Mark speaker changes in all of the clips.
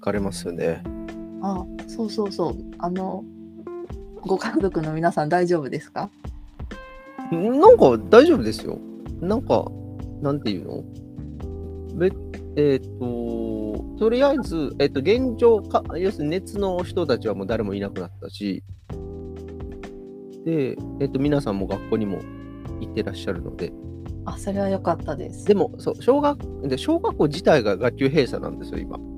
Speaker 1: かれますよね。
Speaker 2: そうそうそう。ご家族の皆さん大丈夫ですか？
Speaker 1: なんか大丈夫ですよ。なんか、なんていうのとりあえず、現状要するに熱の人たちはもう誰もいなくなったし、で、皆さんも学校にも行ってらっしゃるので。
Speaker 2: それは良かったです。
Speaker 1: でも、そう、小学校自体が学級閉鎖なんですよ、今。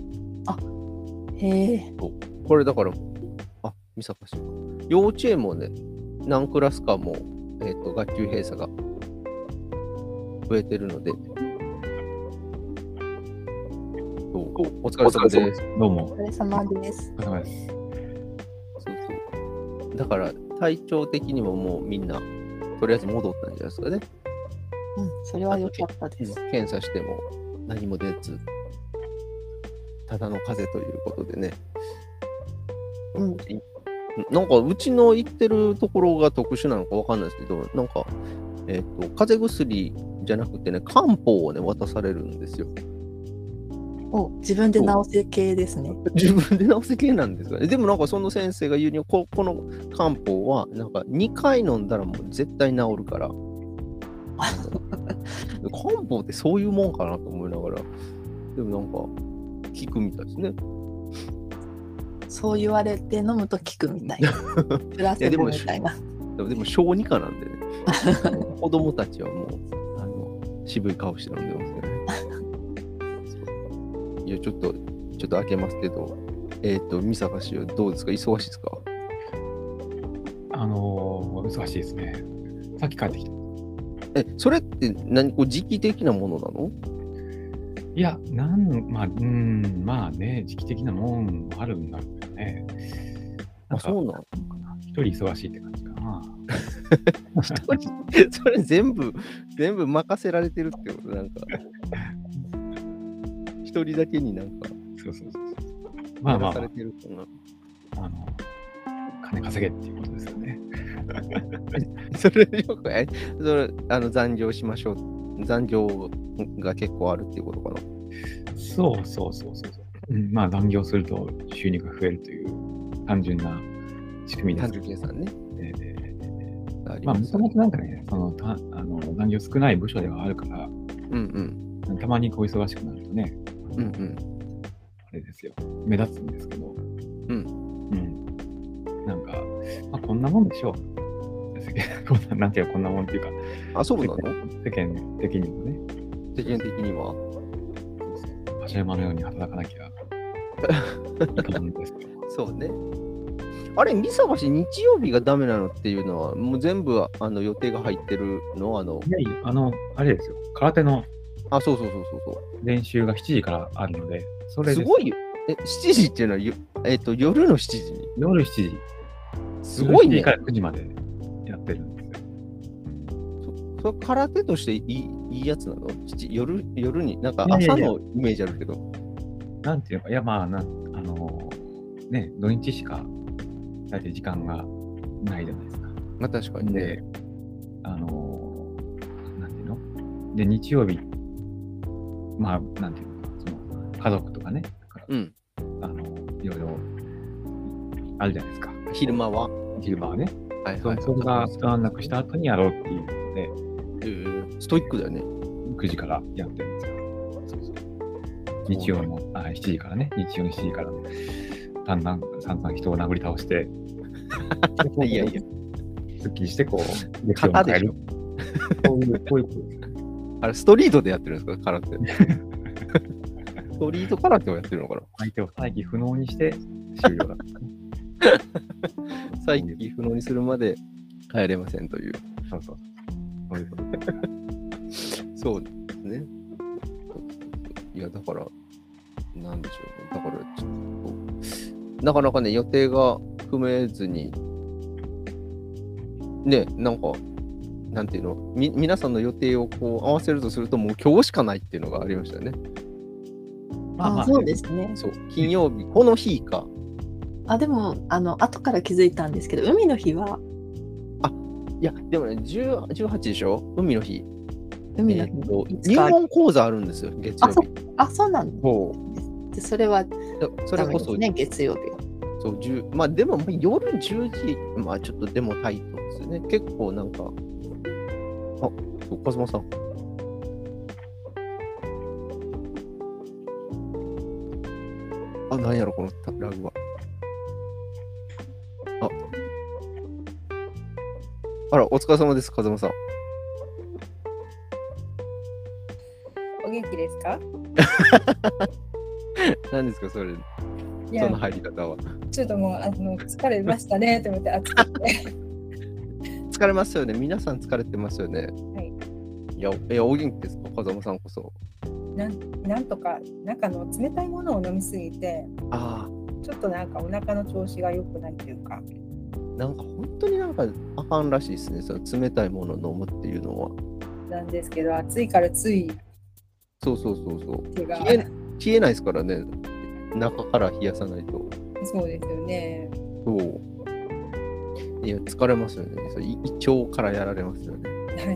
Speaker 2: へえ。
Speaker 1: これだから、三坂市。幼稚園もね、何クラスかも、学級閉鎖が増えてるので。お疲れ様です。
Speaker 3: どうも。
Speaker 2: お疲れ様です。
Speaker 3: お疲れ様です。
Speaker 1: そう。だから、体調的にももうみんな、とりあえず戻ったんじゃないですかね。
Speaker 2: それは良かったです。
Speaker 1: 検査しても何も出ず、ただの風邪ということでね。なんかうちの行ってるところが特殊なのかわかんないですけど、なんか、風邪薬じゃなくてね、漢方をね、渡されるんですよ。
Speaker 2: 自分で治せ系ですね。
Speaker 1: 自分で治せ系なんですかね。でもなんかその先生が言うに、この漢方は、なんか2回飲んだらもう絶対治るから。漢方ってそういうもんかなと思いながら、でもなんか効くみたいですね。
Speaker 2: そう言われて飲むと効くみたいな。プラセボみたいな。
Speaker 1: でも小児科なんでね。子供たちはもう渋い顔して飲んでますけどね。いやちょっと開けますけど、三坂氏はどうですか？忙しいですか？
Speaker 3: 忙しいですね。さっき帰ってきた。
Speaker 1: それって時期的なものなの？
Speaker 3: いや、まあね、時期的なもんもあるんだけどね。
Speaker 1: そうなのか
Speaker 3: な。一人忙しいって感じかな。
Speaker 1: それ全部任せられてるってこと？なんか一人だけになんか
Speaker 3: そう。
Speaker 1: まあされてるかな。
Speaker 3: 金稼げっていうことですよね。
Speaker 1: それ残業しましょう。残業が結構あるっていうことかな。そう。
Speaker 3: まあ残業すると収入が増えるという単純な仕組みです。
Speaker 1: 単純計算ね。
Speaker 3: まあもともとなんかね、残業少ない部署ではあるから、たまにこう忙しくなるとね、あれですよ、目立つんですけど、なんか、こんなもんでしょう。なんていうか、こんなもんっていうか、
Speaker 1: そうなの？
Speaker 3: 世間的にもね。
Speaker 1: 世間的には
Speaker 3: パジャマのように働かなきゃいけないんですけど。
Speaker 1: そうね。あれ、三坂市日曜日がダメなのっていうのは、もう全部予定が入ってるの？
Speaker 3: あれですよ、空手の
Speaker 1: そう。
Speaker 3: 練習が7時からあるので、それです。
Speaker 1: すごいよ。7時っていうのは、夜の7時に？
Speaker 3: 夜7時。
Speaker 1: すごいね。
Speaker 3: 7時から9時までやってるんですよ。
Speaker 1: それ空手としていいやつなの？夜に、なんか朝のイメージあるけど。
Speaker 3: なんていうのか、ね、土日しか大体時間がないじゃないですか。
Speaker 1: 確かにね。
Speaker 3: で、なんていうの？で、日曜日、なんていうのか、その家族とかね、いろいろあるじゃないですか。
Speaker 1: 昼間は
Speaker 3: ね。それが一段落した後にやろうっていうので、
Speaker 1: ストイックだよね。
Speaker 3: 9時からやってるんですよ。日曜の7時からね、日曜の7時から、散々人を殴り倒して、
Speaker 1: いや、
Speaker 3: すっきりして、こう、
Speaker 1: 型でしょ。
Speaker 3: こういうことですね。
Speaker 1: あれ、ストリートでやってるんですか、空手。ストリート空手をやってるのかな？
Speaker 3: 相手を再起不能にして終了だった。
Speaker 1: 再起不能にするまで帰れませんという。
Speaker 3: そういうこと
Speaker 1: そうですね。いや、だから、なんでしょうね。だから、ちょっと、なかなかね、予定が組めずに、ね、なんか、なんていうの、皆さんの予定をこう合わせるとすると、もう今日しかないっていうのがありましたよね。
Speaker 2: そうですね。
Speaker 1: そう、金曜日、この日か。
Speaker 2: でも、後から気づいたんですけど、海の日は、
Speaker 1: いや、でもね、18でしょ？海の日。
Speaker 2: 海の日。
Speaker 1: 入門講座あるんですよ、月曜日。
Speaker 2: そうなんです。 でそれは
Speaker 1: それこそ、
Speaker 2: ね、月曜日は。
Speaker 1: そう、まあでも夜10時、まあちょっとでもタイトですよね。結構なんか、そう、カズマさん。なんやろ、このラグは。あら、お疲れ様です、カズマさん。
Speaker 4: お元気ですか？
Speaker 1: 何ですか、それ、
Speaker 4: いや
Speaker 1: その入り方は。
Speaker 4: ちょっともう疲れましたねと思って暑くて。
Speaker 1: 疲れますよね。皆さん疲れてますよね。
Speaker 4: はい。
Speaker 1: いや、お元気ですか、風間さんこそ。
Speaker 4: なんとか中の冷たいものを飲みすぎて、ちょっとなんかお腹の調子が良くないというか。
Speaker 1: なんか本当になんかあかんらしいですね。その冷たいものを飲むっていうのは。
Speaker 4: なんですけど、暑いからつい。
Speaker 1: そう。消えないですからね。中から冷やさないと。
Speaker 4: そうですよね。
Speaker 1: そう。いや、疲れますよね。胃腸からやられますよね。
Speaker 4: はい。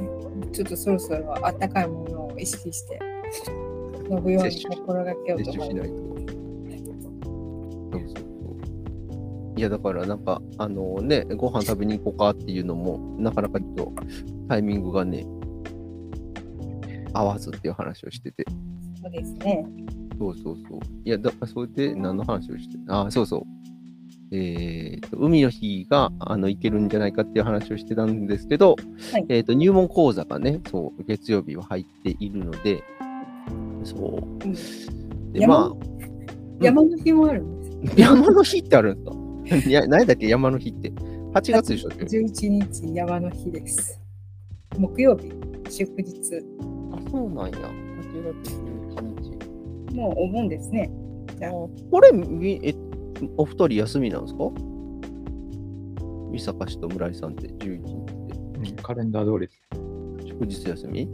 Speaker 4: ちょっとそろそろ温かいものを意識して飲むように心がけようと思います。摂取しないと。
Speaker 1: そう。いや、だからなんか、ね、ご飯食べに行こうかっていうのも、なかなかちょっとタイミングがね、合わずっていう話をしてて。
Speaker 4: そうですね。
Speaker 1: そう。いや、だからそれで何の話をして、そう。海の日が行けるんじゃないかっていう話をしてたんですけど、
Speaker 4: はい、
Speaker 1: 入門講座がね、そう月曜日は入っているので、そう。で、
Speaker 4: 山の日もあるんです。
Speaker 1: 山の日ってあるんですか？いや、何だっけ、山の日って。8月でしょ
Speaker 4: ？11日、山の日です。木曜日、祝日。
Speaker 1: そうなんや。8月11日。
Speaker 4: もうお盆ですね。じゃあ
Speaker 1: これ、お二人休みなんですか？三坂氏と村井さんって11日って。
Speaker 3: カレンダー通りです。
Speaker 1: 祝日休み？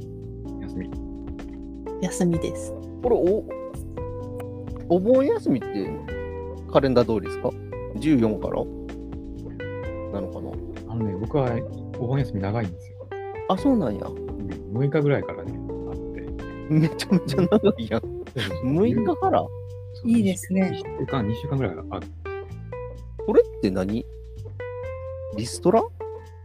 Speaker 2: 休みです。
Speaker 1: これお盆休みってカレンダー通りですか？14からなのかな？
Speaker 3: 僕はお盆休み長いんですよ。
Speaker 1: そうなんや。
Speaker 3: 6日ぐらいからね、あって。
Speaker 1: めちゃめちゃ長いやん。6日から
Speaker 4: いいですね。
Speaker 3: 2週間ぐらいある。
Speaker 1: これって何？リストラ？
Speaker 3: う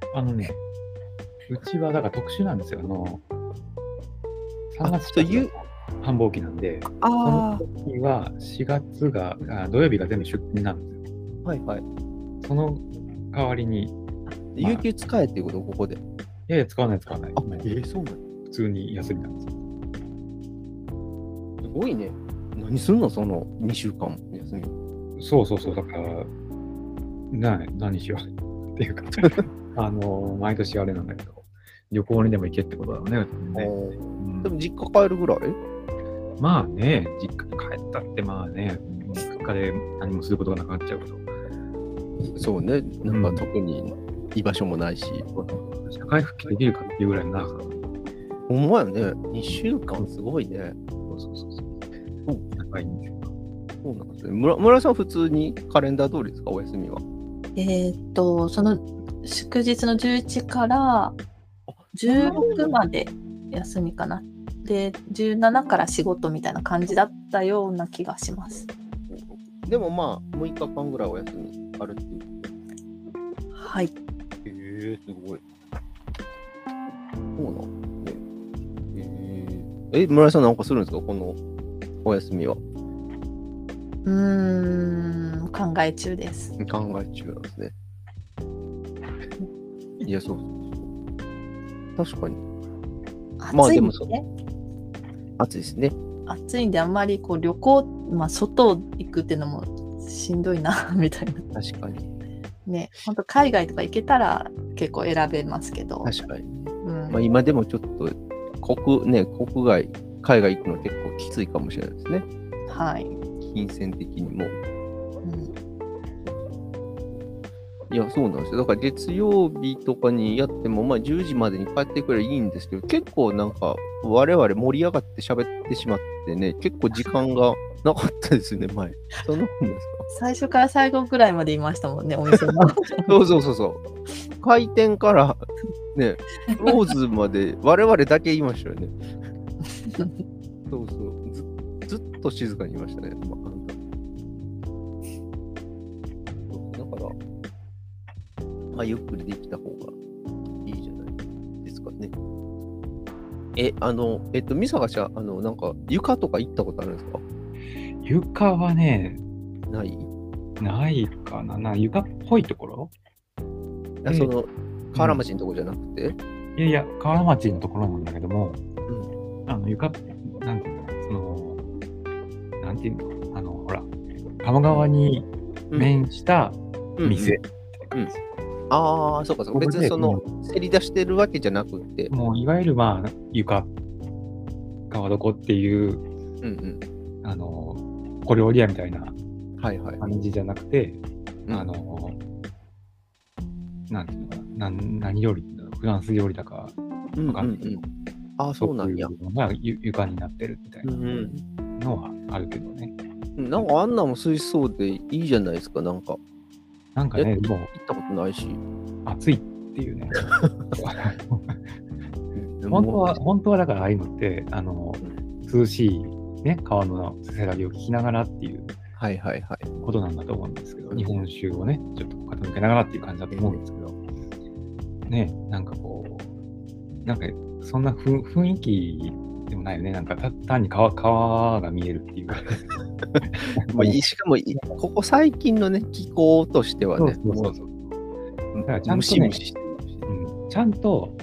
Speaker 3: ちはだから特殊なんですよ。3月と繁忙期なんで、その時は4月が土曜日が全部出勤なんですよ。
Speaker 1: はい。
Speaker 3: その代わりに。
Speaker 1: 有給使えっていうことここで。
Speaker 3: いや、使わない。
Speaker 1: そうなの？
Speaker 3: 普通に休みなんですよ。
Speaker 1: すごいね。何すんのその2週間休み。
Speaker 3: そう。だから、何しようっていうか、毎年あれなんだけど、旅行にでも行けってことだろうね。
Speaker 1: でも実家帰るぐらい？
Speaker 3: まあね、実家に帰ったってまあね、実家で何もすることがなくなっちゃうけど。
Speaker 1: そうね、なんか特に居場所もないし。
Speaker 3: 社会復帰できるかっていうぐらいの長さ。
Speaker 1: ほんまやね、2週間すごいね。
Speaker 3: そう。長いんですよ。
Speaker 1: そうなんですね。村さん普通にカレンダー通りですか、お休みは？
Speaker 2: その祝日の11から16まで休みかな。で、17から仕事みたいな感じだったような気がします。
Speaker 1: でもまあ、6日間ぐらいお休みあるっていう。
Speaker 2: はい。
Speaker 1: すごい。そうなんね。村井さんなんかするんですか、このお休みは？
Speaker 2: 考え中です。
Speaker 1: 考え中なんですね。いや、そう。確かに。
Speaker 2: 暑いんでね。
Speaker 1: 暑いですね。
Speaker 2: 暑いんであんまり旅行、外行くっていうのもしんどいなみたいな。
Speaker 1: 確かに。
Speaker 2: ね、本当海外とか行けたら結構選べますけど。
Speaker 1: 確かに。今でもちょっと国外、海外行くの結構きついかもしれないですね。
Speaker 2: はい。
Speaker 1: 金銭的にも。いや、そうなんですよ。だから月曜日とかにやっても、10時までに帰ってくればいいんですけど、結構なんか我々盛り上がって喋ってしまってね、結構時間がなかったですね、前。そんなもんですか？
Speaker 2: 最初から最後ぐらいまでいましたもんね、お店の。
Speaker 1: そう。開店からね、クローズまで我々だけ言いましたよね。そう。ずっと静かにいましたね。 まあ、ゆっくりできた方がいいじゃないですかね。美坂ちゃん、なんか、床とか行ったことあるんですか？
Speaker 3: 床はね、
Speaker 1: ない
Speaker 3: かな。床っぽいところ？
Speaker 1: その、河原町のところじゃなくて？
Speaker 3: いやいや、河原町のところなんだけども、床、なんていうの、ほら、鴨川に面した店って感じ。
Speaker 1: ああ、そうかそうか。別にせり出してるわけじゃなくて。
Speaker 3: もういわゆるまあ床、川床っていう、小料理屋みたいな感じじゃなくて、なんていうのかな、何料理っていうの？フランス料理だかわかんないけど、
Speaker 1: そうなんや。
Speaker 3: そういうのが床になってるみたいなのはあるけどね。
Speaker 1: なんかあんなも水槽でいいじゃないですか、なんか
Speaker 3: ね、
Speaker 1: でも行ったことないし。
Speaker 3: 暑いっていうね。本当はだからああいうのって、涼しいね、川のせせらぎを聞きながらっていうことなんだと思うんですけど、日本酒をね、ちょっと傾けながらっていう感じだと思うんですけど、ね、なんかこう、なんかそんな雰囲気でもないよね。なんか単に川が見えるっていうか。
Speaker 1: しかも、ここ最近のね、気候としてはね、
Speaker 3: だからちゃんと、ね、ちゃんと、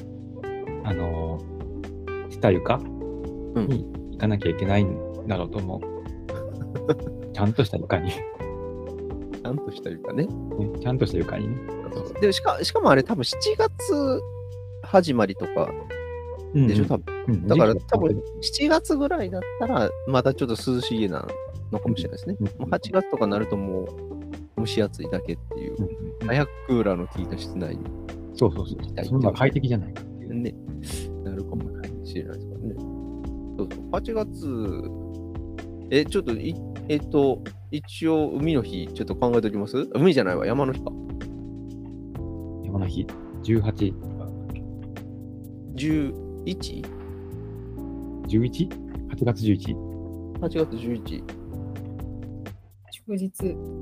Speaker 3: 下床に行かなきゃいけないんだろうと思う。ちゃんとした床に。
Speaker 1: ちゃんとした床ね。
Speaker 3: ちゃんとした床にね。
Speaker 1: でしかもあれ多分7月始まりとかでしょ、多分。だから多分7月ぐらいだったらまだちょっと涼しげなのかもしれないですね。もう8月とかになるともう蒸し暑いだけっていう、早くクーラーの効いた室内に
Speaker 3: 行きたい。そんな快適じゃないかっていう
Speaker 1: ね、なるかもしれないですからね。そう8月、ちょっと一応海の日ちょっと考えておきます？海じゃないわ、山の日か。
Speaker 3: 山の日、18。
Speaker 1: 11？
Speaker 3: 11？8月11。
Speaker 1: 8月11。
Speaker 4: 祝日。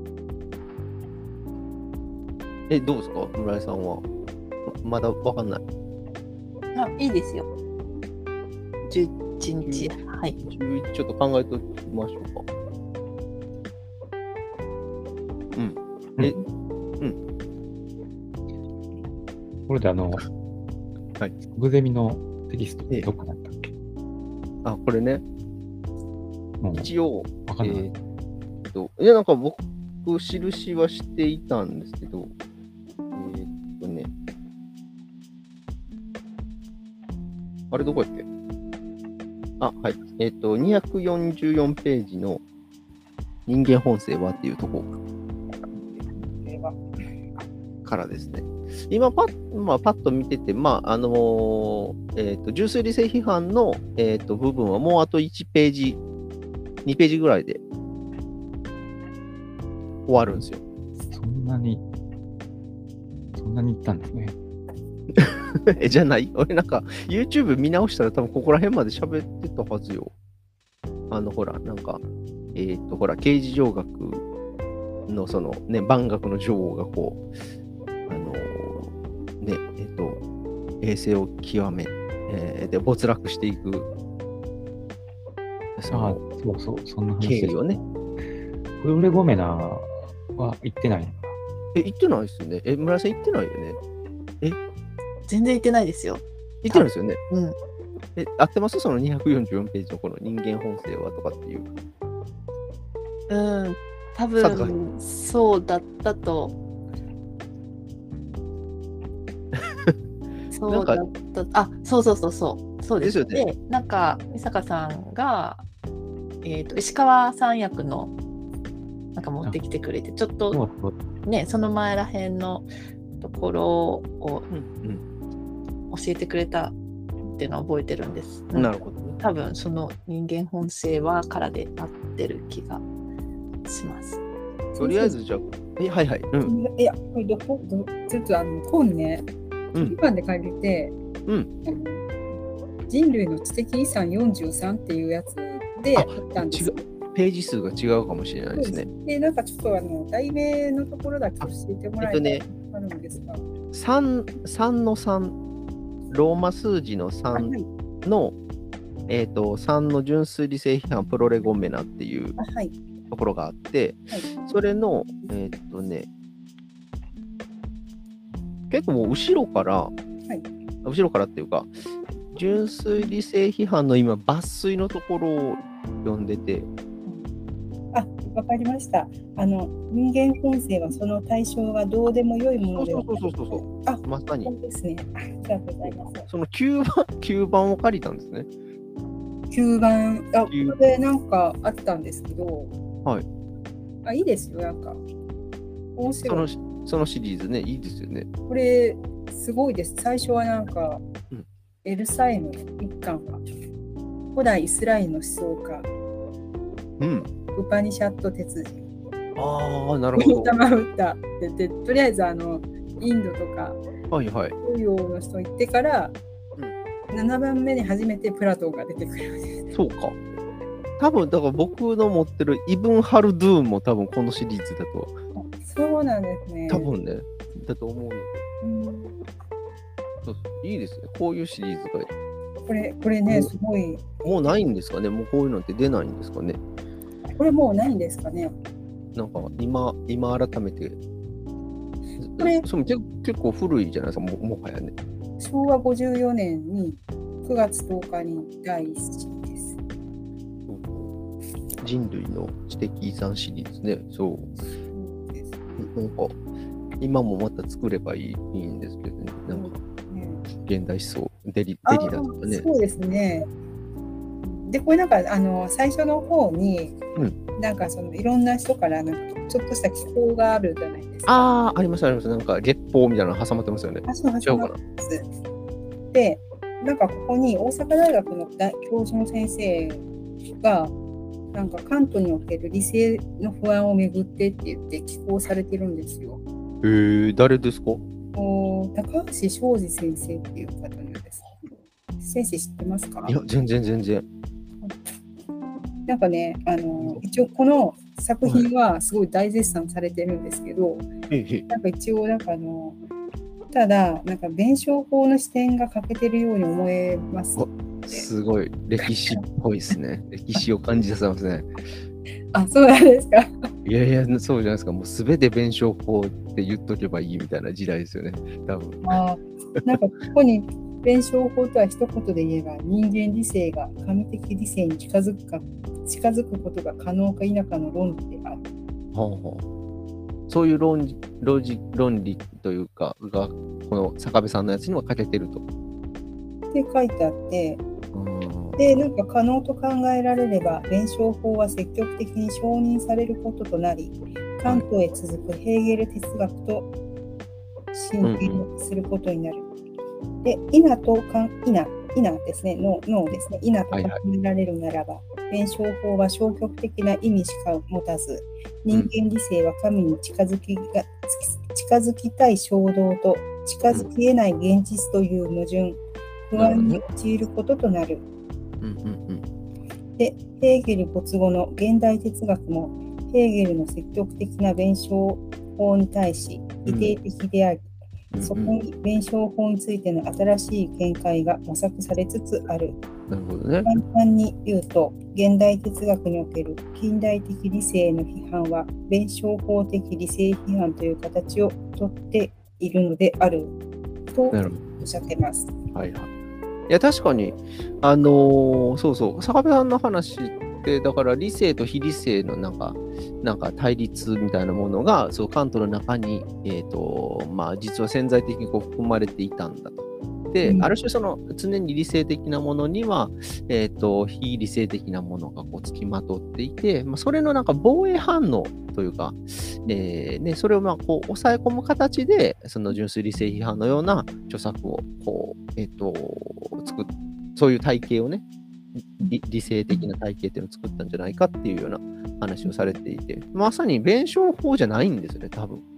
Speaker 1: どうですか、村井さんは。まだわかんない。
Speaker 2: いいですよ。11日。はい。
Speaker 1: 11ちょっと考えておきましょうか。
Speaker 3: これでグゼミのテキストってどこだったっけ？
Speaker 1: これね。一応、
Speaker 3: わかんない。
Speaker 1: いや、なんか僕、印はしていたんですけど、あれどこやっけ？はい。244ページの人間本性はっていうところからですね。今パッと見てて、純粋理性批判の、部分はもうあと1ページ、2ページぐらいで終わるんですよ。
Speaker 3: そんなにいったんですね。
Speaker 1: じゃない？俺なんか YouTube 見直したら多分ここら辺まで喋ってたはずよ。ほら、なんか、ほら、刑事上学のそのね、万学の女王がこう、衛生を極め、で、没落していく。
Speaker 3: そんな話
Speaker 1: 経緯をね。
Speaker 3: これ、オレゴメナは言ってないのかな？
Speaker 1: 言ってないですよね。村井さん言ってないよね。
Speaker 2: 全然言ってないですよ。
Speaker 1: 言ってないですよね。合ってます？その244ページのこの人間本性はとかっていう。
Speaker 2: 多分そうだったと。そうだった。そうですよね。で、なんか美坂さんが石川さん役のなんか持ってきてくれて、ちょっとね、その前らへんのところを教えてくれたっていうのは覚えてるんです。
Speaker 1: なるほど。
Speaker 2: 多分その人間本性はからで合ってる気がします。
Speaker 1: とりあえずじゃあ、はいはい。
Speaker 4: いや、これちょっと本ね、1番で書いてて、人類の知的遺産43っていうやつであったんですよ。
Speaker 1: ページ数が違うかもしれないですね。
Speaker 4: で、なんかちょっと題名のところだけ教えてもらえたらあるんですが。
Speaker 1: 3の3、ローマ数字の3の、3の純粋理性批判プロレゴメナっていうところがあって、それの、結構もう後ろから、後ろからっていうか、純粋理性批判の今、抜粋のところを読んでて。
Speaker 4: わかりました。人間本性はその対象がどうでもよいものではない。
Speaker 1: そう。まさに。
Speaker 4: そうですね。ありがとうございます。
Speaker 1: その9番を借りたんですね。
Speaker 4: 9番、これなんかあったんですけど、いいですよ、なんか。面白い。
Speaker 1: そのシリーズね、いいですよね。
Speaker 4: これ、すごいです。最初はなんか、エルサイム一巻が、古代イスラエルの思想家、ウパニシャット哲人。
Speaker 1: なるほど。
Speaker 4: タマウッタでとりあえずインドとか東洋の人行ってから、7番目に初めてプラトンが出てくるんです。
Speaker 1: そうか。多分だから僕の持ってるイブン・ハルドゥーンも多分このシリーズだと。
Speaker 4: そうなんですね。
Speaker 1: 多分ね、だと思うので。いいですね。こういうシリーズが。
Speaker 4: これね、すごい。
Speaker 1: もうないんですかね。もうこういうのって出ないんですかね。
Speaker 4: これもうないんですかね。
Speaker 1: なんか今改めて。これ結構古いじゃないですか、もはやね。
Speaker 4: 昭和54年に9月10日に第1子です。
Speaker 1: 人類の知的遺産シリーズね。そうです。なんか今もまた作ればいいんですけどね。なんか現代思想デリだとかね。
Speaker 4: そうですね。でこれなんか最初の方に、なんかいろんな人からなんかちょっとした寄稿があるじゃないですか。
Speaker 1: あります。なんか月報みたいなの挟まってますよね。
Speaker 4: 挟まってます。で、なんかここに大阪大学の教授の先生がなんかカントにおける理性の不安をめぐってって言って寄稿されてるんですよ。
Speaker 1: 誰ですか？
Speaker 4: 高橋昌司先生っていう方のです。先生知ってますか？
Speaker 1: いや、全然。
Speaker 4: なんかね、一応この作品はすごい大絶賛されてるんですけど、なんか一応なんかただなんか弁証法の視点が欠けてるように思えます、ね。
Speaker 1: すごい歴史っぽいですね。歴史を感じさせますね。
Speaker 4: そうなんですか。
Speaker 1: いや、そうじゃないですか。もうすべて弁証法って言っとけばいいみたいな時代ですよね。多分。
Speaker 4: なんかここに弁証法とは一言で言えば人間理性が神的理性に近づくことが可能か否かの論理である。
Speaker 1: そういう論理というかがこの坂部さんのやつには欠けてると。
Speaker 4: って書いてあって、でなんか可能と考えられれば弁証法は積極的に承認されることとなり、カントへ続くヘーゲル哲学と親近することになる。で、イナですね、脳ですね、イナと考えられるならば、弁証法は消極的な意味しか持たず、人間理性は神に近づきたい衝動と近づき得ない現実という矛盾、不安に陥ることとなる。で、ヘーゲル没後の現代哲学も、ヘーゲルの積極的な弁証法に対し否定的であり、そこに弁証法についての新しい見解が模索されつつある。
Speaker 1: なるほどね。
Speaker 4: 簡単に言うと、現代哲学における近代的理性の批判は、弁証法的理性批判という形をとっているのであるとおっしゃってます。
Speaker 1: いや、確かに、そう坂部さんの話ってだから理性と非理性のなんか対立みたいなものがカントの中に実は潜在的に含まれていたんだと。で、ある種常に理性的なものには非理性的なものが付きまとっていて、それのなんか防衛反応というか、それを抑え込む形でその純粋理性批判のような著作をそういう体系をね、理性的な体系っていうのを作ったんじゃないかっていうような話をされていて、まさに弁証法じゃないんですよね、多分。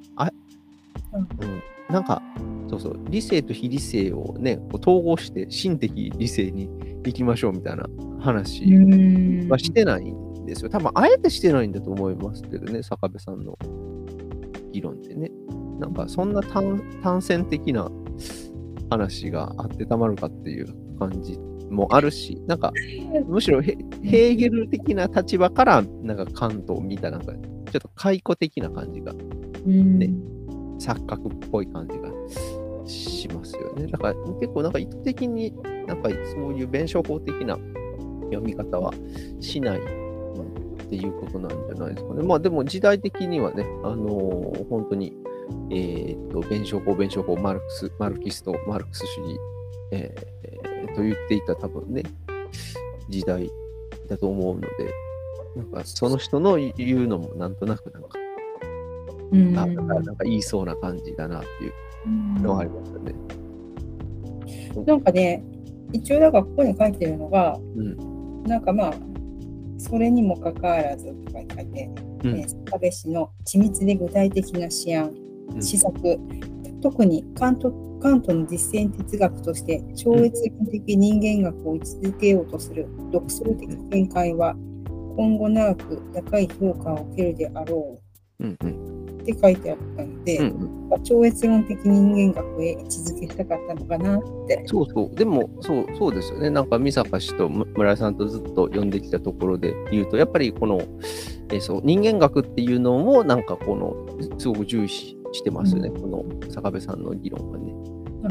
Speaker 1: なんか理性と非理性をね統合して心的理性に行きましょうみたいな話はしてないんですよ。多分あえてしてないんだと思いますけどね、坂部さんの議論ってね。 なんかそんな単線的な話があってたまるかっていう感じもあるし、なんかむしろヘーゲル的な立場からなんかカントを見たなんかちょっと解雇的な感じが、ね、錯覚っぽい感じがしますよね。だから結構なんか意図的になんかそういう弁証法的な読み方はしない、っていうことなんじゃないですかね。まあでも時代的にはね、本当に弁証法、マルクス主義、と言っていた多分ね、時代だと思うので、なんかその人の言うのもなんとなくなんか、なんか言いそうな感じだなっていうのがありますよね。
Speaker 4: なんかね、一応だからここに書いてるのが、なんかまあ、それにもかかわらずとか書いて、坂部氏の緻密で具体的な思案、施策、特にカントの実践哲学として超越的人間学を位置づけようとする独創的見解は今後長く高い評価を受けるであろうって書いてあったので、超越論的人間学へ位置づけしたかったのかなって。
Speaker 1: そうそう。でもそうですよね。なんか美坂氏と村井さんとずっと読んできたところで言うと、やっぱりこの、人間学っていうのもなんかこのすごく重視してますよね。この坂部さんの議論がね。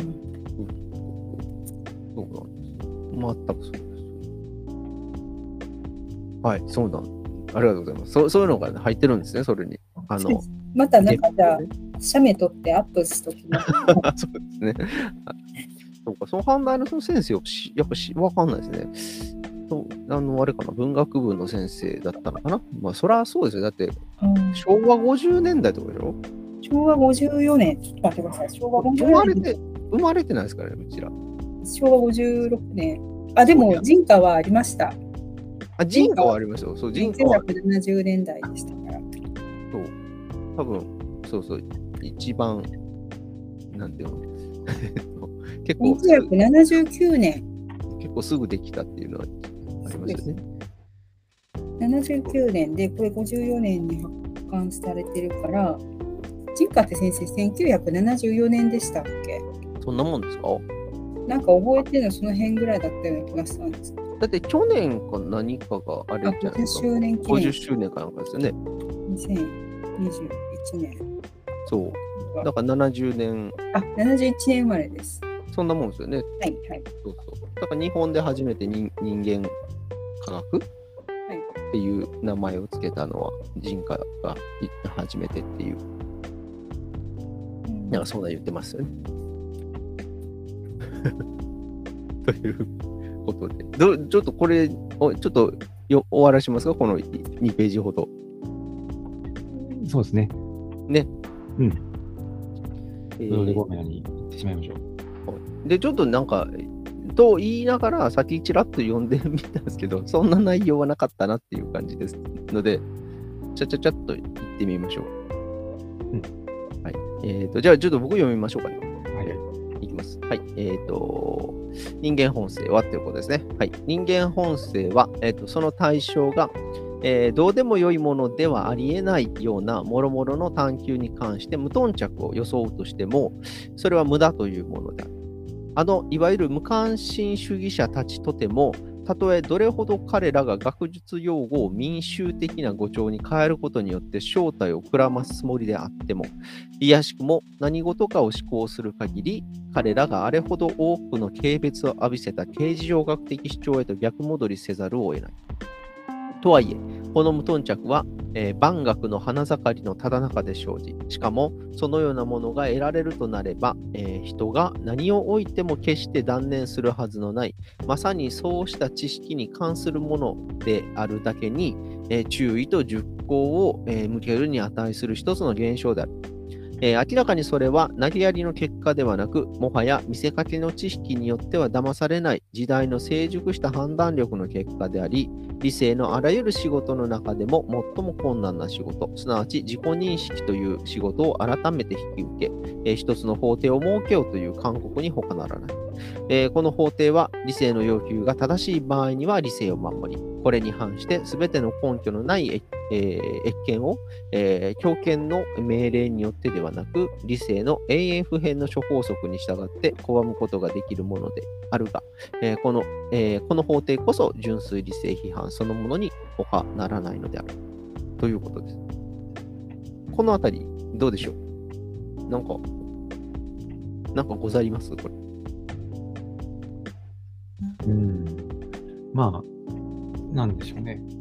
Speaker 1: そうなんです。全くそうです。はい、そうなん。ありがとうございます。そういうのが、ね、入ってるんですね、それに。
Speaker 4: またなんかじゃあ、写メ撮ってアップしときます。
Speaker 1: そうですね。そうか、その販売のその先生をやっぱわかんないですね。あれかな、文学部の先生だったのかな。まあ、そりゃそうですよ。だって、昭和50年代とかでしょ。
Speaker 4: 昭和54年、ちょっと待ってください。昭和54年。
Speaker 1: 生まれてないですからね、うちら。
Speaker 4: 昭和56年。あ、でも、人家はありました。
Speaker 1: 人家はありましたよ。そう、人家は。
Speaker 4: 1970年代でしたから。
Speaker 1: そう。多分、そう、一番、なんていうの結構。
Speaker 4: 1979年。
Speaker 1: 結構すぐできたっていうのはありますよね。
Speaker 4: 79年で、これ54年に発刊されてるから、人家って先生、1974年でしたっけ？
Speaker 1: そんなもんですか？
Speaker 4: なんか覚えてるのその辺ぐらいだったような気がしたんですけど。
Speaker 1: だって去年か何かがあれじゃないですか。
Speaker 4: 50周年記念。
Speaker 1: 50周年かなんかですよね。
Speaker 4: 2021年。
Speaker 1: そう。だから70年。
Speaker 4: 71年生まれです。
Speaker 1: そんなもんですよね。
Speaker 4: はいはい。
Speaker 1: そう。だから日本で初めて人間科学っていう名前をつけたのは人家が初めてっていう。なんかそんな言ってますよね。ということで、ちょっとこれをちょっと終わらしますか、この2ページほど。
Speaker 3: そうですね。
Speaker 1: ね。
Speaker 3: ロデゴメラに行ってしまいましょ
Speaker 1: う。で、ちょっとなんか、と言いながら、先ちらっと読んでみたんですけど、そんな内容はなかったなっていう感じですので、ちゃっと言ってみましょう。はい。じゃあちょっと僕読みましょうかね。はい。いきます。はい。人間本性はということですね。はい。人間本性は、その対象が、どうでもよいものではありえないような諸々の探求に関して無頓着を装うとしても、それは無駄というものである。いわゆる無関心主義者たちとても、たとえどれほど彼らが学術用語を民衆的な語調に変えることによって正体をくらますつもりであっても、いやしくも何事かを思考する限り、彼らがあれほど多くの軽蔑を浴びせた形而上学的主張へと逆戻りせざるを得ない。とはいえ、この無頓着は、万学の花盛りのただ中で生じ、しかもそのようなものが得られるとなれば、人が何を置いても決して断念するはずのない、まさにそうした知識に関するものであるだけに、注意と熟考を、向けるに値する一つの現象である。明らかにそれは投げやりの結果ではなく、もはや見せかけの知識によっては騙されない時代の成熟した判断力の結果であり、理性のあらゆる仕事の中でも最も困難な仕事、すなわち自己認識という仕事を改めて引き受け、一つの法廷を設けようという勧告に他ならない。この法廷は理性の要求が正しい場合には理性を守り、 これに反して全ての根拠のない謁見を、強権の命令によってではなく、理性の永遠不変の諸法則に従って拒むことができるものであるが、この法廷こそ純粋理性批判そのものに他ならないのであるということです。このあたりどうでしょう。なんかございますこれ。
Speaker 3: まあ、なんでしょうね。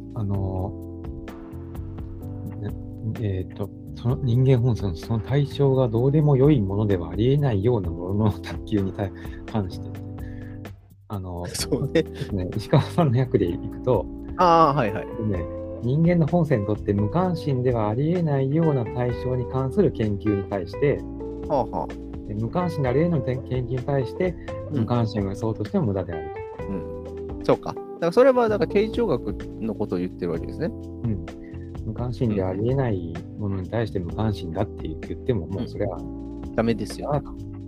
Speaker 3: その人間本性のその対象がどうでも良いものではありえないようなものの卓球に関して、
Speaker 1: そうね。
Speaker 3: 石川さんの役でいくと、
Speaker 1: はいはい。
Speaker 3: 人間の本性にとって無関心ではありえないような対象に関する研究に対して、無関心でありえない研究に対して、無関心を予想としても無駄であると。
Speaker 1: そうか。だからそれは形状学のことを言ってるわけですね。
Speaker 3: 無関心でありえないものに対して無関心だって言っても、もうそれは
Speaker 1: ダメですよ。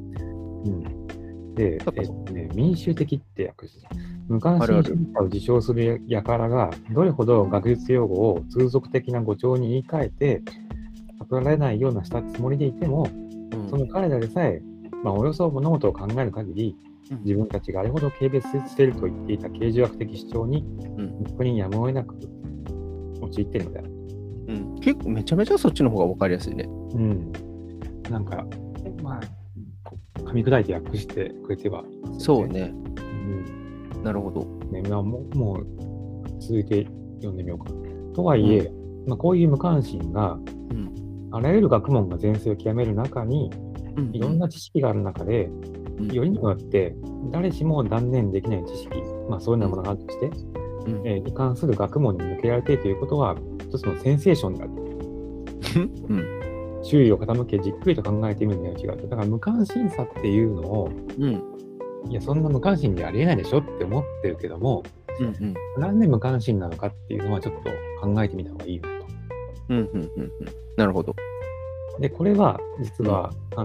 Speaker 3: で、民衆的って訳す。無関心主義者を自称する輩がどれほど学術用語を通俗的な語調に言い換えて悟られないようなしたつもりでいても、その彼らでさえ、およそ物事を考える限り、自分たちがあれほど軽蔑していると言っていた形状学的主張に、ここにやむを得なく陥っているのである。
Speaker 1: 結構めちゃめちゃそっちの方が分かりやすいね。
Speaker 3: なんか、噛み砕いて訳してくれては、
Speaker 1: そうね。なるほど。
Speaker 3: もう続いて読んでみようか。とはいえ、こういう無関心が、あらゆる学問が全盛を極める中に、いろんな知識がある中で、よりにもよって誰しも断念できない知識、そういうようなものがあるとして、に関する学問に向けられているということは、一つのセンセーションである。周囲を傾けじっくりと考えてみるのが違う。だから無関心さっていうのを、いや、そんな無関心でありえないでしょって思ってるけども、なんで無関心なのかっていうのはちょっと考えてみた方がいいよと。
Speaker 1: なるほど。
Speaker 3: で、これは実は、こ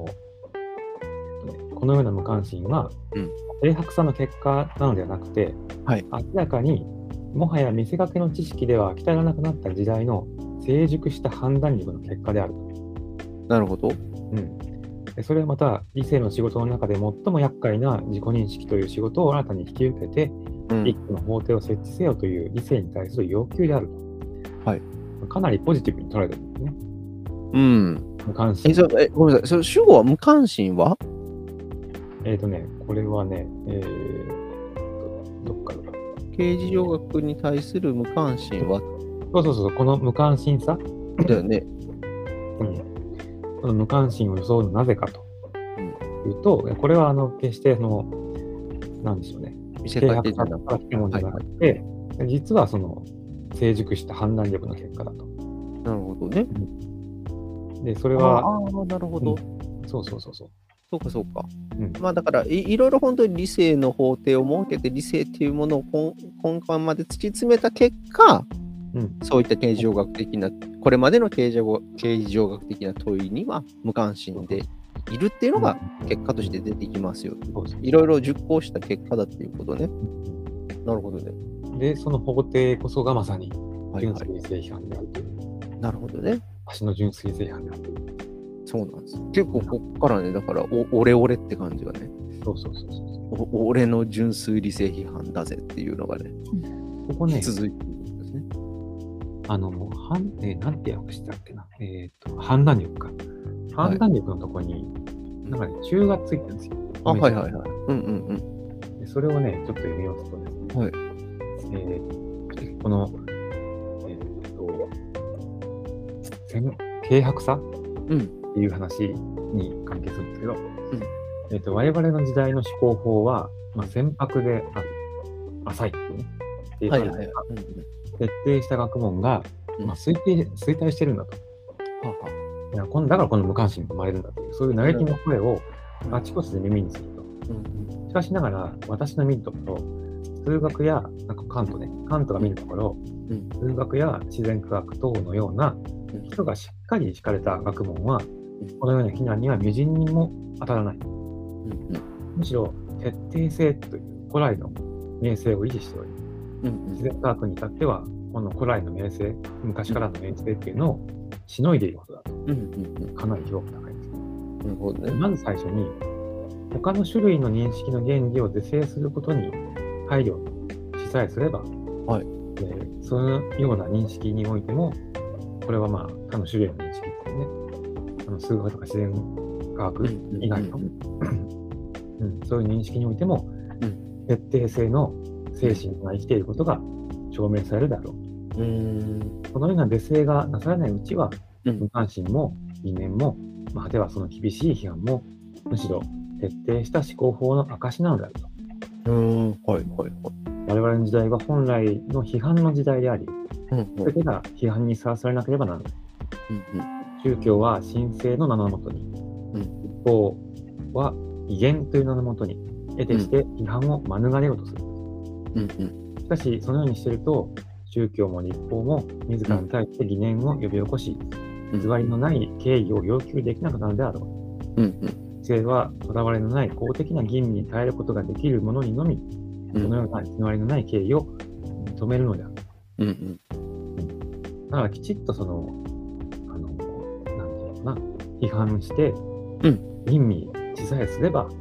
Speaker 3: のような無関心は、明白さの結果なのではなくて、明らかにもはや見せかけの知識では鍛えられなくなった時代の成熟した判断力の結果であると。
Speaker 1: なるほど。
Speaker 3: でそれはまた理性の仕事の中で最も厄介な自己認識という仕事を新たに引き受けて、一個の法廷を設置せよという理性に対する要求であると。かなりポジティブに捉えてるんですね。無関心。
Speaker 1: ごめんなさい。その主語は無関心は
Speaker 3: これはね、どっかだ。
Speaker 1: 形而上学に対する無関心は
Speaker 3: そう、この無関心さ
Speaker 1: だよね。
Speaker 3: この無関心を装うのはなぜかというと、これは決してなんでしょうね。
Speaker 1: 見せかけじゃな
Speaker 3: くてものじゃなくて、実はその成熟した判断力の結果だと。
Speaker 1: なるほどね。
Speaker 3: で、それは、
Speaker 1: なるほど。
Speaker 3: そう。
Speaker 1: そうか。だからいろいろ本当に理性の法廷を設けて理性っていうものを根幹まで突き詰めた結果、そういった形状学的なこれまでの形状学的な問いには無関心でいるっていうのが結果として出てきますよ。いろいろ熟考した結果だっていうことね。なるほどね。
Speaker 3: で、その法廷こそがまさに純粋理性批判であるという。
Speaker 1: なるほどね。
Speaker 3: 足の純粋理性批判であるという。
Speaker 1: そうなんです。結構こっからね、だから俺って感じがね。
Speaker 3: そう。
Speaker 1: 俺の純粋理性批判だぜっていうのがね、
Speaker 3: ここね、
Speaker 1: 続いているんですね。
Speaker 3: なんて訳したっけな。判断力か。判断力のところに、なんかね、中がついてるんですよ。でそれをね、ちょっと読みますとですね。この、軽薄さっていう話に関係するんですけど、我々の時代の思考法は、船舶である、浅いっていうね。っていう感じで、徹底した学問が、衰退してるんだと。だからこの無関心が生まれるんだという、そういう嘆きの声をあちこちで耳にすると。しかしながら、私の見るところ、数学や、カントが見るところ、数学や自然科学等のような人がしっかり敷かれた学問は、このような非難には微塵にも当たらない。むしろ、徹底性という古来の名声を維持しており、 自然科学に至っては、この古来の名声、昔からの名声っていうのをしのいでいることだと。かなり評価高いです。
Speaker 1: なるほどね。
Speaker 3: まず最初に、他の種類の認識の原理を是正することに配慮しさえすれば、そのような認識においても、これはまあ他の種類の認識っていうね、数学とか自然科学以外の、そういう認識においても、徹底性の精神が生きていることが証明されるだろう。このような是正がなされないうちは、無関心も疑念も、果てはその厳しい批判も、むしろ徹底した思考法の証なのであると。我々の時代は本来の批判の時代であり、それが批判にさらされなければならない。宗教は神聖の名のもとに、一方は威厳という名のもとに、得てして批判を免れようとする。しかし、そのようにしていると、宗教も立法も自らに対して疑念を呼び起こし、偽りのない敬意を要求できなくなるであろう。知性は囚われのない公的な吟味に耐えることができる者にのみ、そのような偽りのない敬意を認めるのである。だからきちっとその、なんていうのかな、批判して、吟味しさえすれば、こ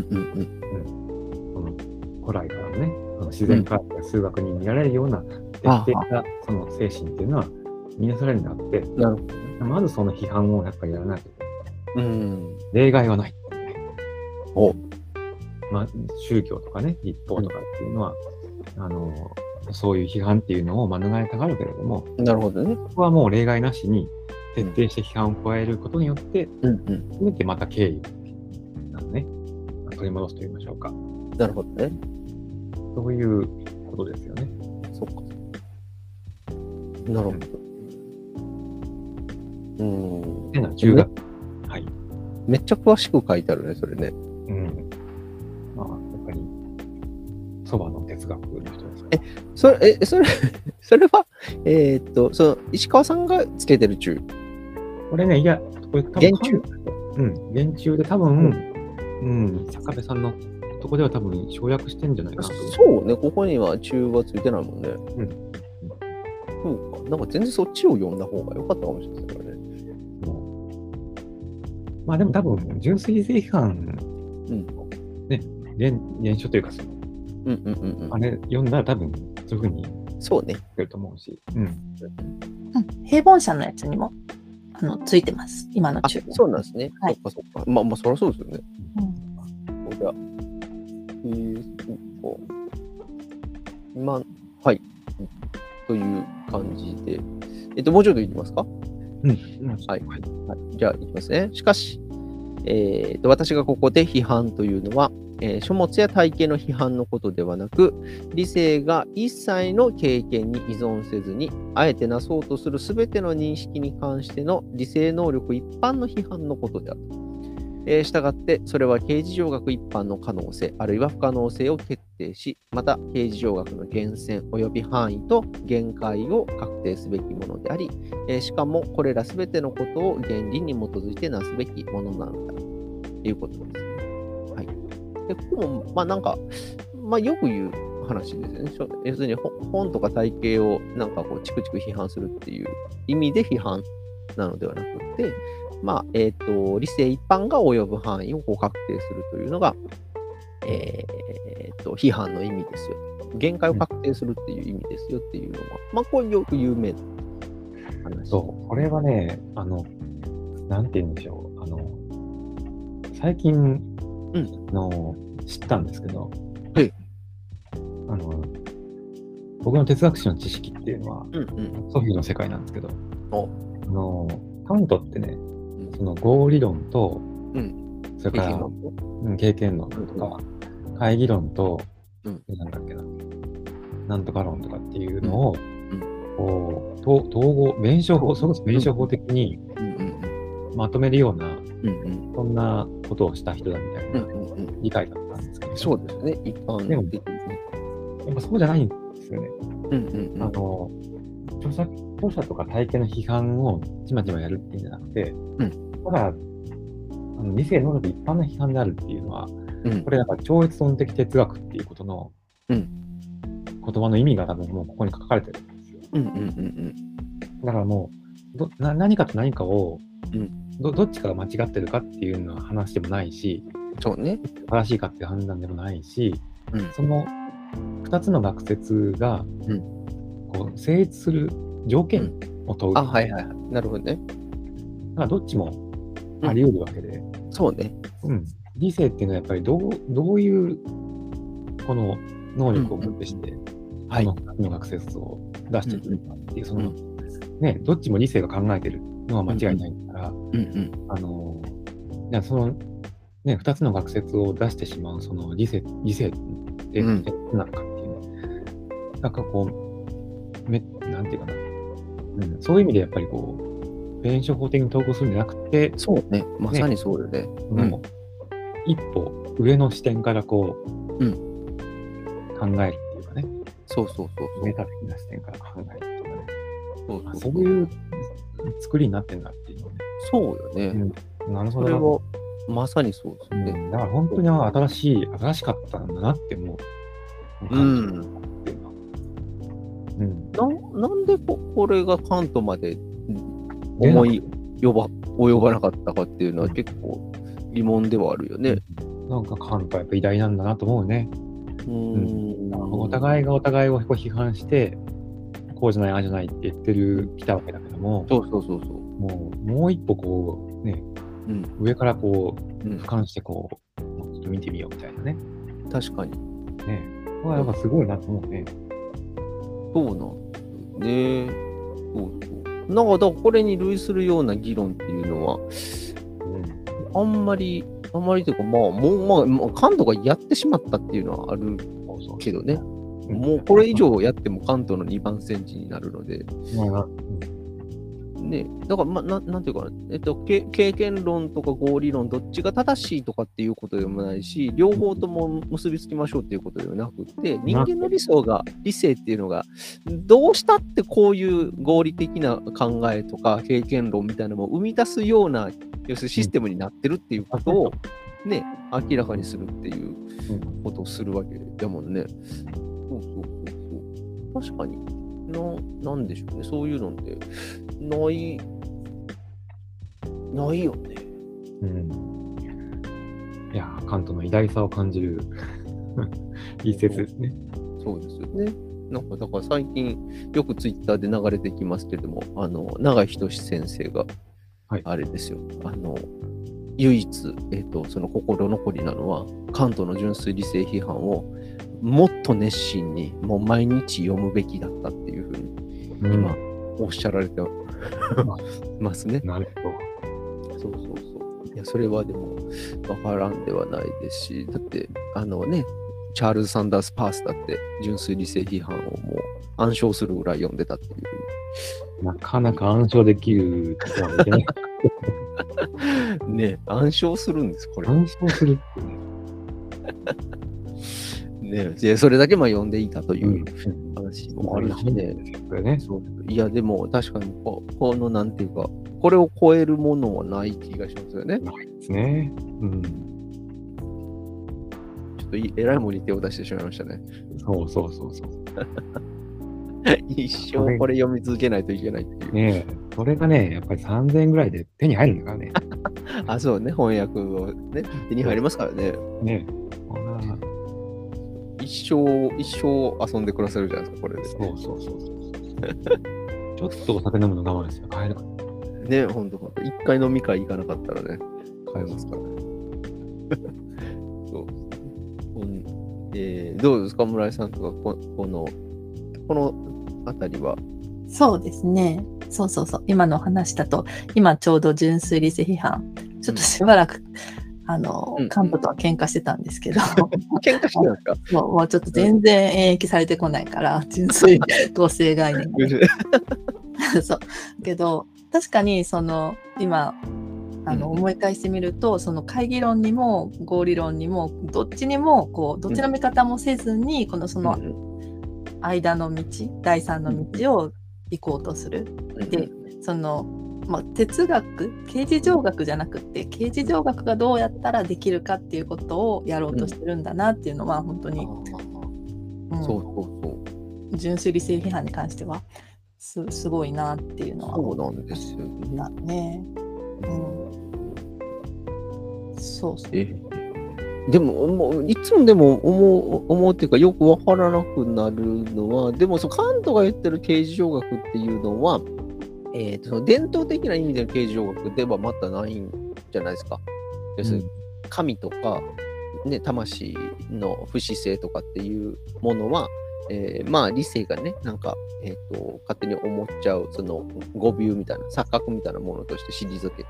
Speaker 3: の古来からのね、自然科学や数学に見られるような徹底したその精神っていうのは見なされるんであって、まずその批判をやっぱりやらないと。例外はない。宗教とかね、立法とかっていうのは、そういう批判っていうのを免れたがるけれども、
Speaker 1: なるほどね。
Speaker 3: ここはもう例外なしに徹底して批判を加えることによって、含めてまた敬意を取り戻すと言いましょうか。
Speaker 1: なるほどね。
Speaker 3: そういうことですよね。
Speaker 1: そっか。なるほど。
Speaker 3: 変な中学。はい。
Speaker 1: めっちゃ詳しく書いてあるね、それね。
Speaker 3: やっぱり、そばの哲学の人ですか。
Speaker 1: それは、その、石川さんがつけてる中。
Speaker 3: これね、いや、これ多分、
Speaker 1: 原中
Speaker 3: 原中で多分、坂部さんのとこでは多分省略してんじゃないかなと。
Speaker 1: そうね、ここには中はついてないもんね。そうか。なんか全然そっちを読んだ方が良かったかもしれないですね。
Speaker 3: でも多分、純粋性批判、原書というか、あれ読んだら多分、そういうふうに
Speaker 1: そうね。
Speaker 3: 出ると思うし。
Speaker 2: 平凡社のやつにもついてます、今の中。
Speaker 1: そうなんですね。そっか。そりゃそうですよね。はい。という感じで。もうちょっといきますか？はい。じゃあ、いきますね。しかし、私がここで批判というのは、書物や体系の批判のことではなく、理性が一切の経験に依存せずに、あえてなそうとするすべての認識に関しての理性能力一般の批判のことである。したがって、それは形而上学一般の可能性、あるいは不可能性を決定し、また、形而上学の源泉及び範囲と限界を確定すべきものであり、しかも、これらすべてのことを原理に基づいてなすべきものなのだということですね。はい。で、ここも、なんか、よく言う話ですよね。要するに、本とか体系をなんかこう、チクチク批判するっていう意味で批判なのではなくて、理性一般が及ぶ範囲をこう確定するというのが、批判の意味ですよ。限界を確定するっていう意味ですよっていうのは、これよく有名な話。
Speaker 3: そう、これはね、なんて言うんでしょう。最近、知ったんですけど、僕の哲学史の知識っていうのは、ソフィーの世界なんですけど、カントってね、その合理論と、それから経験論とか、懐疑論と、なんだっけな、なんとか論とかっていうのを、統合、弁証法、それこそ弁証法的にまとめるような、そんなことをした人だみたいな理解だったんですけど、
Speaker 1: そうですね、一般的に。
Speaker 3: やっぱそうじゃないんですよね。著者とか体系の批判をちまちまやるっていうんじゃなくて、ただ、理性能力一般の批判であるっていうのは、これやっぱ超越論的哲学っていうことの、 言葉の意味が多分もうここに書かれてるんですよ。だからもう何かと何かを、どっちかが間違ってるかっていうのは話でもないし、
Speaker 1: そうね、
Speaker 3: 正しいかっていう判断でもないし、その2つの学説が、こう成立する条件を問う。
Speaker 1: なるほどね。
Speaker 3: だからどっちもあり得るわけで、
Speaker 1: そうね。
Speaker 3: 理性っていうのはやっぱりどういうこの能力をもってして、この2つの学説を出してくるかっていう、そのね、どっちも理性が考えてるのは間違いないから、そのね、2つの学説を出してしまうその理性って何なのかっていう、なんかこうなんていうかな、そういう意味でやっぱりこう弁証法的に統合するんじゃなくて、
Speaker 1: そうね、まさにそうよね。
Speaker 3: 一歩上の視点からこう、考えるっていうかね、メタ的な視点から考えるっていうかね、そういう作りになってんだっていうのね。
Speaker 1: そうよね。
Speaker 3: なるほど。
Speaker 1: それはまさにそうですね。
Speaker 3: だから本当に新しかったんだなって思う。
Speaker 1: なんでこれがカントまで思い及ばなかったかっていうのは結構疑問ではあるよね。
Speaker 3: なんかカントはやっぱ偉大なんだなと思うね。お互いがお互いを批判して、こうじゃない、ああじゃないって言ってきたわけだけども、もう一歩こうね、上からこう俯瞰してこう、ちょっと見てみようみたいなね。
Speaker 1: 確かに。
Speaker 3: ね、これはやっぱすごいなと思うね。
Speaker 1: そうなんですね。なんかだからこれに類するような議論っていうのは、あんまりというか、もうカントがやってしまったっていうのはあるけどね。もうこれ以上やってもカントの2番煎じになるので。ね、だから、なんていうかな、経験論とか合理論、どっちが正しいとかっていうことでもないし、両方とも結びつきましょうっていうことではなくて、人間の理性っていうのが、どうしたってこういう合理的な考えとか経験論みたいなのを生み出すような、要するにシステムになってるっていうことを、ね、明らかにするっていうことをするわけだもんね。確かに。なんでしょうね。そういうのってないよね。
Speaker 3: いや、カントの偉大さを感じる一節ですね。
Speaker 1: そうですよね。なんかだから最近よくツイッターで流れてきますけれども、永井仁先生があれですよ。唯一その心残りなのはカントの純粋理性批判をもっと熱心にもう毎日読むべきだったっていうふうに今おっしゃられてますね。
Speaker 3: なるほ
Speaker 1: ど。いやそれはでもわからんではないですし、だってチャールズ・サンダース・パースだって純粋理性批判をもう暗唱するぐらい読んでたっていうふう
Speaker 3: に。なかなか暗唱できるところはできない。
Speaker 1: ね、暗唱するんです、これ。
Speaker 3: 暗唱するって
Speaker 1: ね。ね、それだけ読んでいたという話もあるしね。いや、でも確かにこのなんていうか、これを超えるものはない気がしますよね。
Speaker 3: ないですね。
Speaker 1: ちょっとえらいものに手を出してしまいましたね。
Speaker 3: そう。
Speaker 1: 一生これ読み続けないといけないっていう。
Speaker 3: ねえ、それがね、やっぱり3000円ぐらいで手に入るんだからね。
Speaker 1: そうね、翻訳をね、手に入りますからね。
Speaker 3: ね
Speaker 1: え。一生遊んで暮らせるじゃないですか、これで。
Speaker 3: そう。ちょっとお酒飲むの我慢ですよ、買えるから。
Speaker 1: ね、ほんと。一回飲み会行かなかったらね、買えますからね。そう。どうですか、村井さんとか、このあたりは。
Speaker 2: そうですね。そう。今の話だと、今ちょうど純粋理性批判、ちょっとしばらく、カントとは喧嘩してたんですけど。
Speaker 1: 喧嘩してたんですか？
Speaker 2: もうちょっと全然演繹されてこないから、純粋同性概念が。そう。けど、確かに、今、思い返してみると、その懐疑論にも合理論にも、どっちにも、どっちの見方もせずに、間の道、第三の道を行こうとする。で、哲学、形而上学じゃなくて、形而上学がどうやったらできるかっていうことをやろうとしてるんだなっていうのは、本当に。
Speaker 1: そう。
Speaker 2: 純粋理性批判に関してはすごいなっていうのは
Speaker 1: そうなんですよ
Speaker 2: ね。そうそう。
Speaker 1: でも、いつもでも思うっていうか、よくわからなくなるのは、でもカントが言ってる形而上学っていうのは、その伝統的な意味での形而上学ではまたないんじゃないですか。要するに神とか、ね、魂の不死性とかっていうものは、まあ理性がね、なんか、勝手に思っちゃう、その語尾みたいな、錯覚みたいなものとして退けて、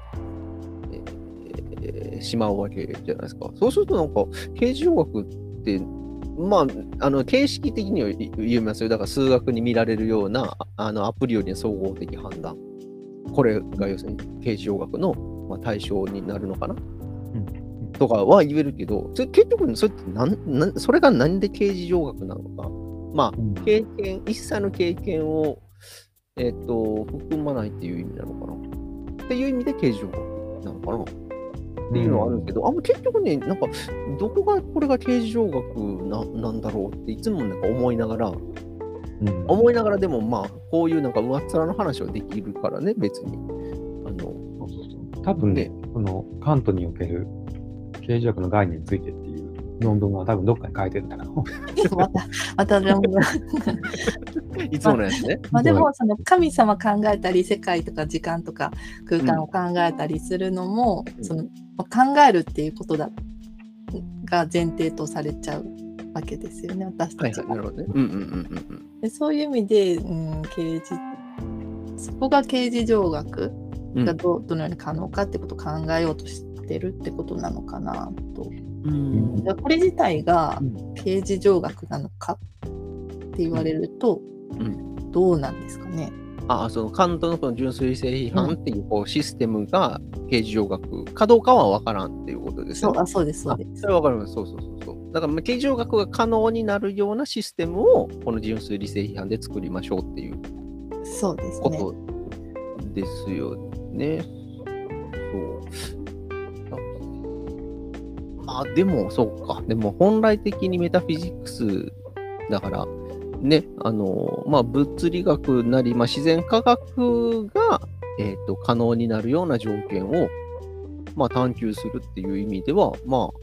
Speaker 1: しまうわけじゃないですか。そうするとなんか形而上学ってまあ形式的には言いますよ。だから数学に見られるようなアプリよりの総合的判断、これが要するに形而上学の、対象になるのかな、とかは言えるけど、結局それってそれが何で形而上学なのか、経験、一切の経験を含まないっていう意味なのかなっていう意味で形而上学なのかなっていうのはあるけど、結局ね、なんかどこがこれが形而上学なんだろうっていつもなんか思いながらでもこういうなんか上っ面の話はできるからね、別に
Speaker 3: 多分ね、このカントにおける形而上学の概念についてっていう論文は多分どっかに書いてるんだから
Speaker 2: また論文
Speaker 1: いつものやつね。
Speaker 2: でもその神様考えたり世界とか時間とか空間を考えたりするのも、その考えるっていうことが前提とされちゃうわけですよね、私たちが。
Speaker 1: なるほどね。
Speaker 2: でそういう意味で、そこが形而上学がどのように可能かってことを考えようとしてるってことなのかなと。これ自体が形而上学なのかって言われると、どうなんですかね。
Speaker 1: そのカントのこの純粋性批判っていうシステムが形而上学かどうかは分からんっていうことですね。
Speaker 2: そうです。そ
Speaker 1: れは分かります。そう。だから形而上学が可能になるようなシステムをこの純粋理性批判で作りましょうっていうことですよね。でもそうか。でも本来的にメタフィジックスだからね、物理学なり、自然科学が、可能になるような条件を、探求するっていう意味では、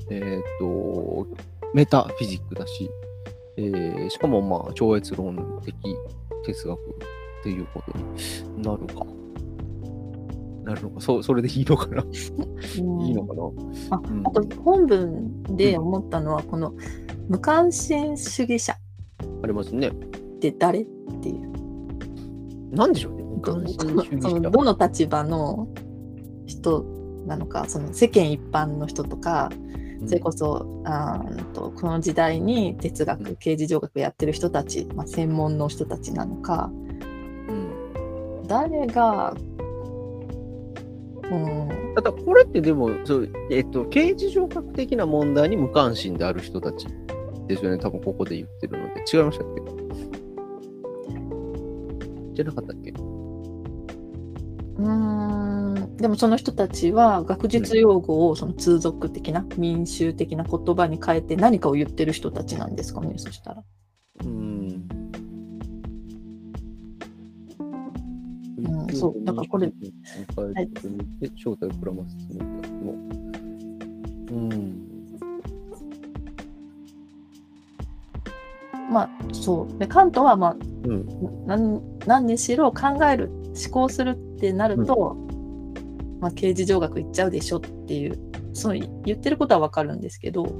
Speaker 1: メタフィジックだし、しかも超越論的哲学っていうことになるか。それでいいのかな。いいのかな。
Speaker 2: あと本文で思ったのは、この無関心主義者
Speaker 1: ありますね。
Speaker 2: って誰っていう。
Speaker 1: なんでしょうね。無関心主義者。
Speaker 2: どの立場の人なのか、その世間一般の人とか、それこそこの時代に哲学、形而上学やってる人たち、専門の人たちなのか、誰が
Speaker 1: ただこれってでも形而上学的な問題に無関心である人たちですよね。多分ここで言ってるので。違いましたっけ？じゃなかったっけ？
Speaker 2: でもその人たちは学術用語をその通俗的な民衆的な言葉に変えて何かを言ってる人たちなんですかね、そしたら。そうだからこれ
Speaker 1: 正体を膨らますつもりだ
Speaker 2: けど、そうでカントは何にしろ考える思考するってなると、形而上学いっちゃうでしょっていう、そう言ってることは分かるんですけど、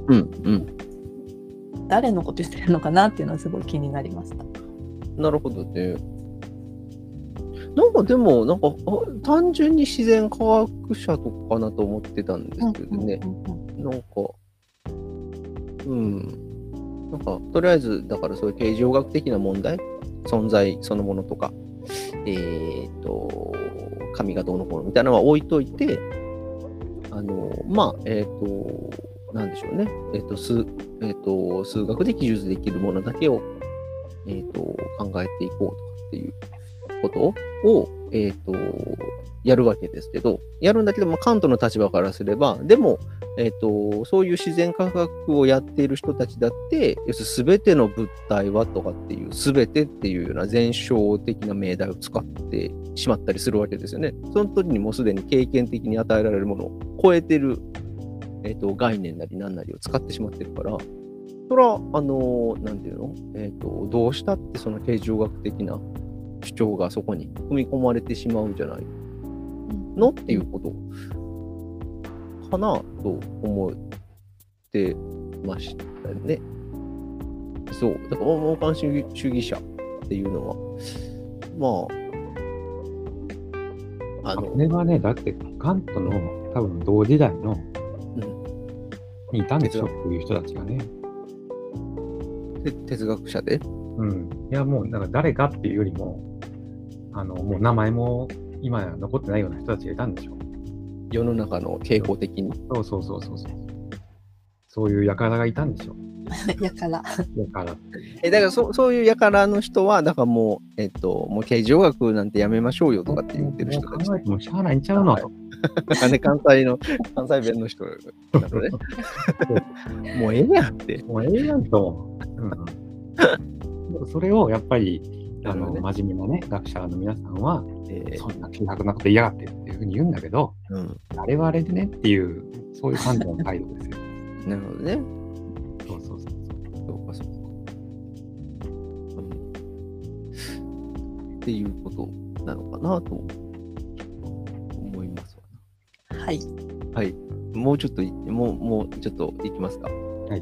Speaker 2: 誰のこと言ってるのかなっていうのはすごい気になりました。
Speaker 1: なるほどね。なんかでも単純に自然科学者とかかなと思ってたんですけどね。とりあえずだからそういう形而上学的な問題、存在そのものとか、神がどうのこうのみたいなのは置いといて、なんでしょうね。数学で記述できるものだけを考えていこうとかっていうことを、やるわけですけど、やるんだけど、カントの立場からすれば、でも、 そういう自然科学をやっている人たちだって、要するに全ての物体はとかっていう、全てっていうような前哨的な命題を使ってしまったりするわけですよね。その時にもうすでに経験的に与えられるものを超えてる、概念なり何なりを使ってしまってるから、それは、なんていうの、どうしたってその形状学的な主張がそこに組み込まれてしまうんじゃないのっていうことかなと思ってましたね。そう。だから、傍観主義者っていうのは、
Speaker 3: これはね、だってカントの多分同時代の、にいたんでしょ、こういう人たちがね。
Speaker 1: 哲学者で？
Speaker 3: いや、もう、なんか誰かっていうよりも、もう名前も今や残ってないような人たちがいたんでしょ。
Speaker 1: 世の中の傾向的に。
Speaker 3: そう。そういう輩がいたんでしょ。
Speaker 2: 輩。
Speaker 3: だ
Speaker 1: からそういう輩の人は、だからもう、もう形状学なんてやめましょうよとかって言ってる人たち。
Speaker 3: もうしゃあないんちゃうのと。
Speaker 1: 関西弁の人なのね。もうええやんって。
Speaker 3: もうええやんと。それをやっぱり、真面目なね、学者の皆さんは、そんな気楽なこと言いやがってっていうふうに言うんだけど、あれはあれでねっていう、そういう感じの態度ですよ。
Speaker 1: なるほどね。
Speaker 3: そうか。
Speaker 1: っていうことなのかなと思いますわ。
Speaker 2: はい。
Speaker 1: はい。もうちょっといきますか。
Speaker 3: はい。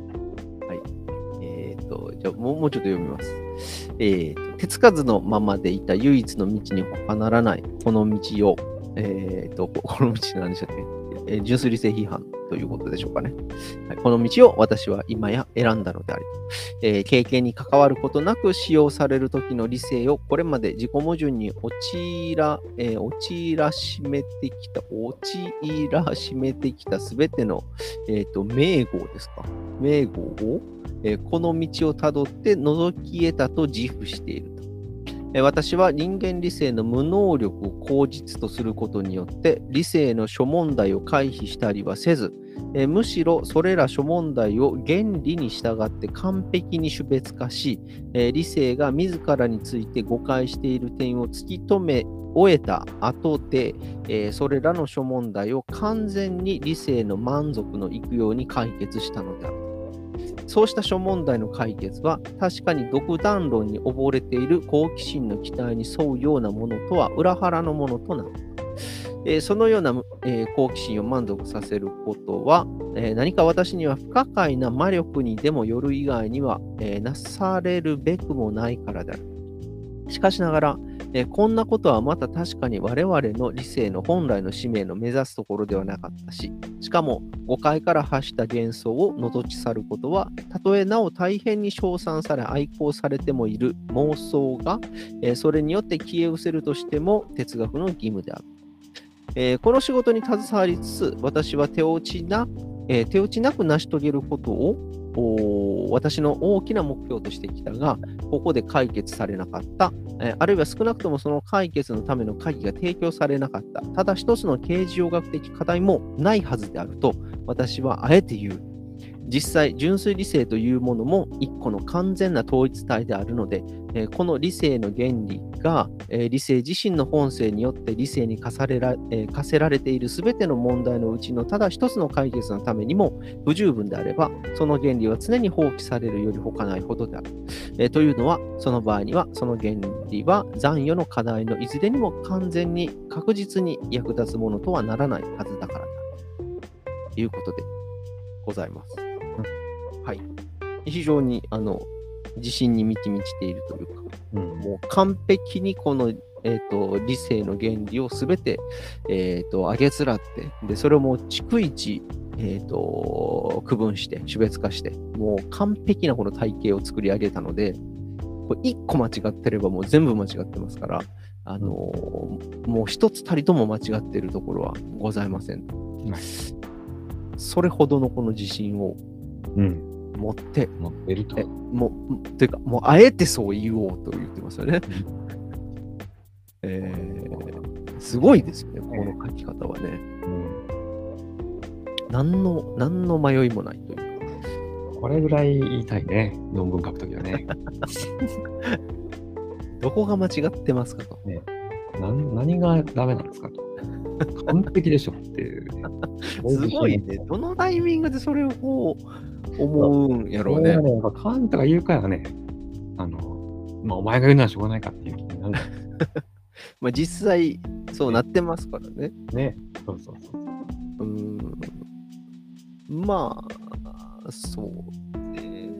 Speaker 1: じゃあもうちょっと読みます。手つかずのままでいた唯一の道に他ならないこの道を、この道なんでしたっけ、純粋理性批判ということでしょうかね。はい、この道を私は今や選んだのでありと、経験に関わることなく使用される時の理性をこれまで自己矛盾に陥らしめてきたすべての、名号ですか。名号をこの道をたどって覗き得たと自負していると。私は人間理性の無能力を口実とすることによって理性の諸問題を回避したりはせず、むしろそれら諸問題を原理に従って完璧に種別化し、理性が自らについて誤解している点を突き止め終えた後で、それらの諸問題を完全に理性の満足のいくように解決したのである。そうした諸問題の解決は確かに独断論に溺れている好奇心の期待に沿うようなものとは裏腹のものとなる。そのような、好奇心を満足させることは、何か私には不可解な魔力にでもよる以外には、なされるべくもないからである。しかしながら、こんなことはまた確かに我々の理性の本来の使命の目指すところではなかったし、しかも誤解から発した幻想を除き去ることは、たとえなお大変に称賛され愛好されてもいる妄想が、それによって消え失せるとしても哲学の義務である。この仕事に携わりつつ、私は手落ちなく成し遂げることを私の大きな目標としてきたが、ここで解決されなかった、あるいは少なくともその解決のための鍵が提供されなかった、ただ一つの形状学的課題もないはずであると、私はあえて言う。実際、純粋理性というものも一個の完全な統一体であるので、この理性の原理が、理性自身の本性によって理性に課せられているすべての問題のうちのただ一つの解決のためにも不十分であれば、その原理は常に放棄されるより他ないほどである。というのは、その場合には、その原理は残余の課題のいずれにも完全に確実に役立つものとはならないはずだからだ。ということでございます。はい。非常に自信に満ち満ちているというか、もう完璧にこの、理性の原理をすべて、上げつらって、で、それをもう逐一、区分して、種別化して、もう完璧なこの体系を作り上げたので、これ1個間違ってればもう全部間違ってますから、もう一つたりとも間違っているところはございません。それほどのこの自信を持って
Speaker 3: ると。
Speaker 1: というか、もうあえてそう言おうと言ってますよね。すごいですよね、この書き方はね。 何の迷いもないというか。
Speaker 3: これぐらい言いたいね、論文書くときはね。
Speaker 1: どこが間違ってますかと。
Speaker 3: ね、何がダメなんですかと。完璧でしょっていう、ね。
Speaker 1: すごいね。どのタイミングでそれをこう思うんやろうね。
Speaker 3: やっぱカントが言うからね、まあ、お前が言うのはしょうがないかっていう気になる。
Speaker 1: まあ実際、そうなってますからね。
Speaker 3: ね。そう。
Speaker 1: まあ、そうね。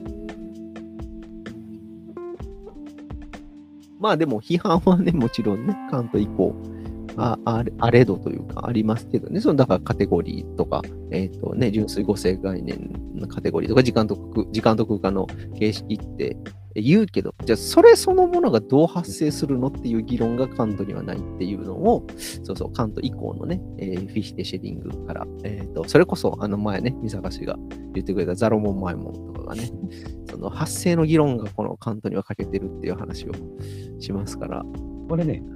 Speaker 1: まあでも批判はね、もちろんね、カント以降、あれどというかありますけどね、だからカテゴリーとか、純粋語性概念のカテゴリーとか、時間と空間の形式って言うけど、じゃあそれそのものがどう発生するのっていう議論がカントにはないっていうのを、カント以降のね、フィヒテ・シェディングから、それこそ前ね、三坂氏が言ってくれたザロモン・マイモンとかがね、その発生の議論がこのカントには欠けてるっていう話をしますから。
Speaker 3: これね、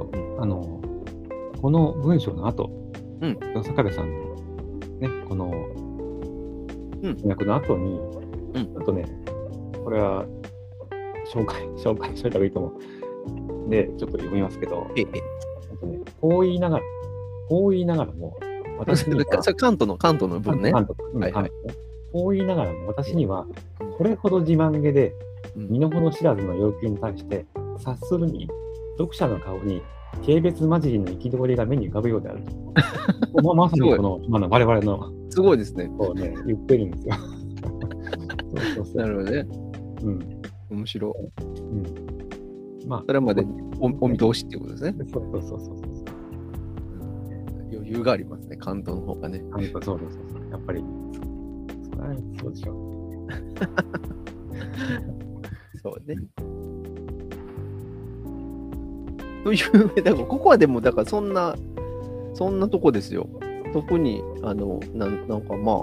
Speaker 3: この文章の後、坂部さんのね、この訳の後に、あとね、これは紹介しといた方がいいと思う。で、ちょっと読みますけど、こう言いながらも、私には
Speaker 1: カントの文ね。
Speaker 3: こう言いながらも、私には、これほど自慢げで、身の程知らずの要求に対して、察するに、読者の顔に、軽蔑混じりの憤りが目に浮かぶようであると。まさにこの、我々の、
Speaker 1: すごいですね。
Speaker 3: こうね、言ってるんですよ。
Speaker 1: なるほどね。面白い。まあ、それまでお見通しっていうことですね。
Speaker 3: そう。
Speaker 1: 余裕がありますね、関東の方がね。
Speaker 3: そう。やっぱり、そうでしょう。
Speaker 1: そうね。というだからここはでも、だからそんなとこですよ。特に、なんかま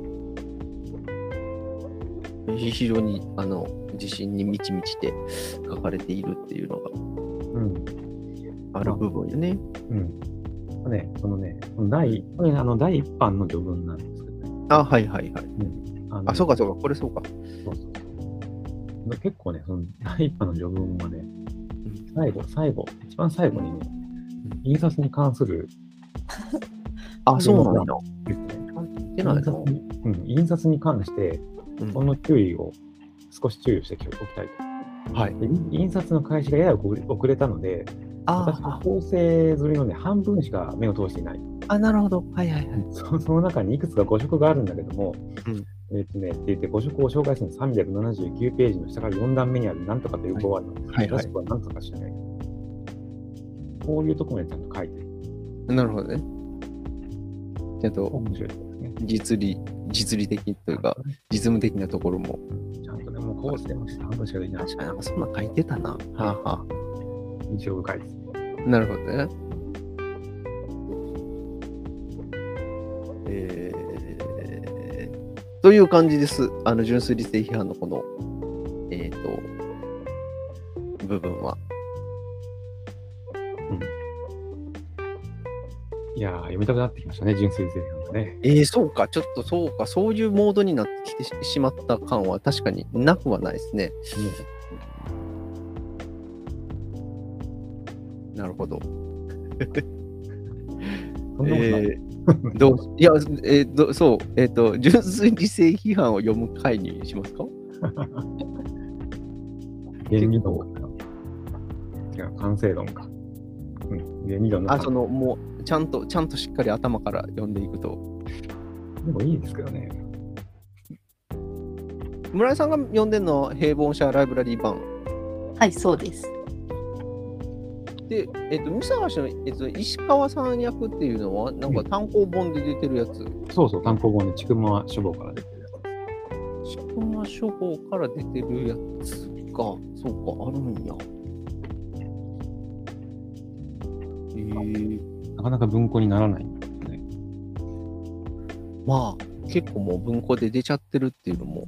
Speaker 1: あ、非常に、自信に満ち満ちて書かれているっていうのが、ある部分よね。
Speaker 3: この第一版の序文なんですけどね。
Speaker 1: はい。そうか、これそうか。
Speaker 3: 結構ね、その第一版の序文はね、一番最後にね、印刷に関する。
Speaker 1: そうなんだ。
Speaker 3: 印刷に関して、その少し注意をしておきたいと。印刷の開始がやや遅れたので、私の構成刷りのね、半分しか目を通していない。
Speaker 1: なるほど。
Speaker 3: その中にいくつか誤植があるんだけども、って言って誤植を紹介するの379ページの下から4段目にあるなんとかという語は、正しくはなんとかしない。こういうところまでちゃんと書いてる。
Speaker 1: なるほどね。ちゃんと
Speaker 3: 面白いですね。
Speaker 1: 実利的というか、実務的なところも。
Speaker 3: ちゃんとね、もう構成も半分しかできない。
Speaker 1: 確かにそんな書いてたな。
Speaker 3: 印象深いですね。
Speaker 1: なるほどね。という感じです。純粋理性批判のこの、部分は。
Speaker 3: いやー、読みたくなってきましたね、純粋理性批判がね。
Speaker 1: そうか、ちょっとそういうモードになってきてしまった感は確かになくはないですね。なるほど。純粋理性批判を読む回にしますか？
Speaker 3: 原理論か。違う、完成論か。原理論の。
Speaker 1: もうちゃんとしっかり頭から読んでいくと。
Speaker 3: でもいいですけどね。
Speaker 1: 村井さんが読んでるのは平凡社ライブラリー版。
Speaker 2: はい、そうです。
Speaker 1: で、三沢氏の、石川さん役っていうのは、なんか単行本で出てるやつ。
Speaker 3: そう、単行本で、千曲書房から出てるやつ。
Speaker 1: 千曲書房から出てるやつが、そうか、あるんや。
Speaker 3: なかなか文庫にならないんですね。
Speaker 1: まあ、結構もう文庫で出ちゃってるっていうのも、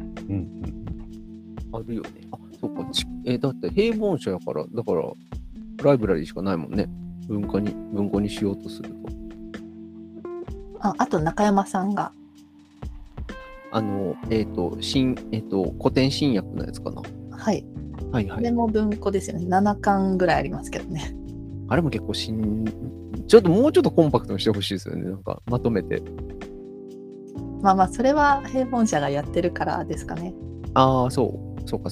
Speaker 1: あるよね。そうか、だって平凡社やから、だから、ライブラリーしかないもんね。文庫にしようとすると。
Speaker 2: あと中山さんが。
Speaker 1: 古典新訳のやつかな。
Speaker 2: はい。
Speaker 1: はいはい。
Speaker 2: これも文庫ですよね。7巻ぐらいありますけどね。
Speaker 1: あれも結構ちょっともうちょっとコンパクトにしてほしいですよね。なんかまとめて。
Speaker 2: まあそれは平凡社がやってるからですかね。
Speaker 1: ああ、そうか。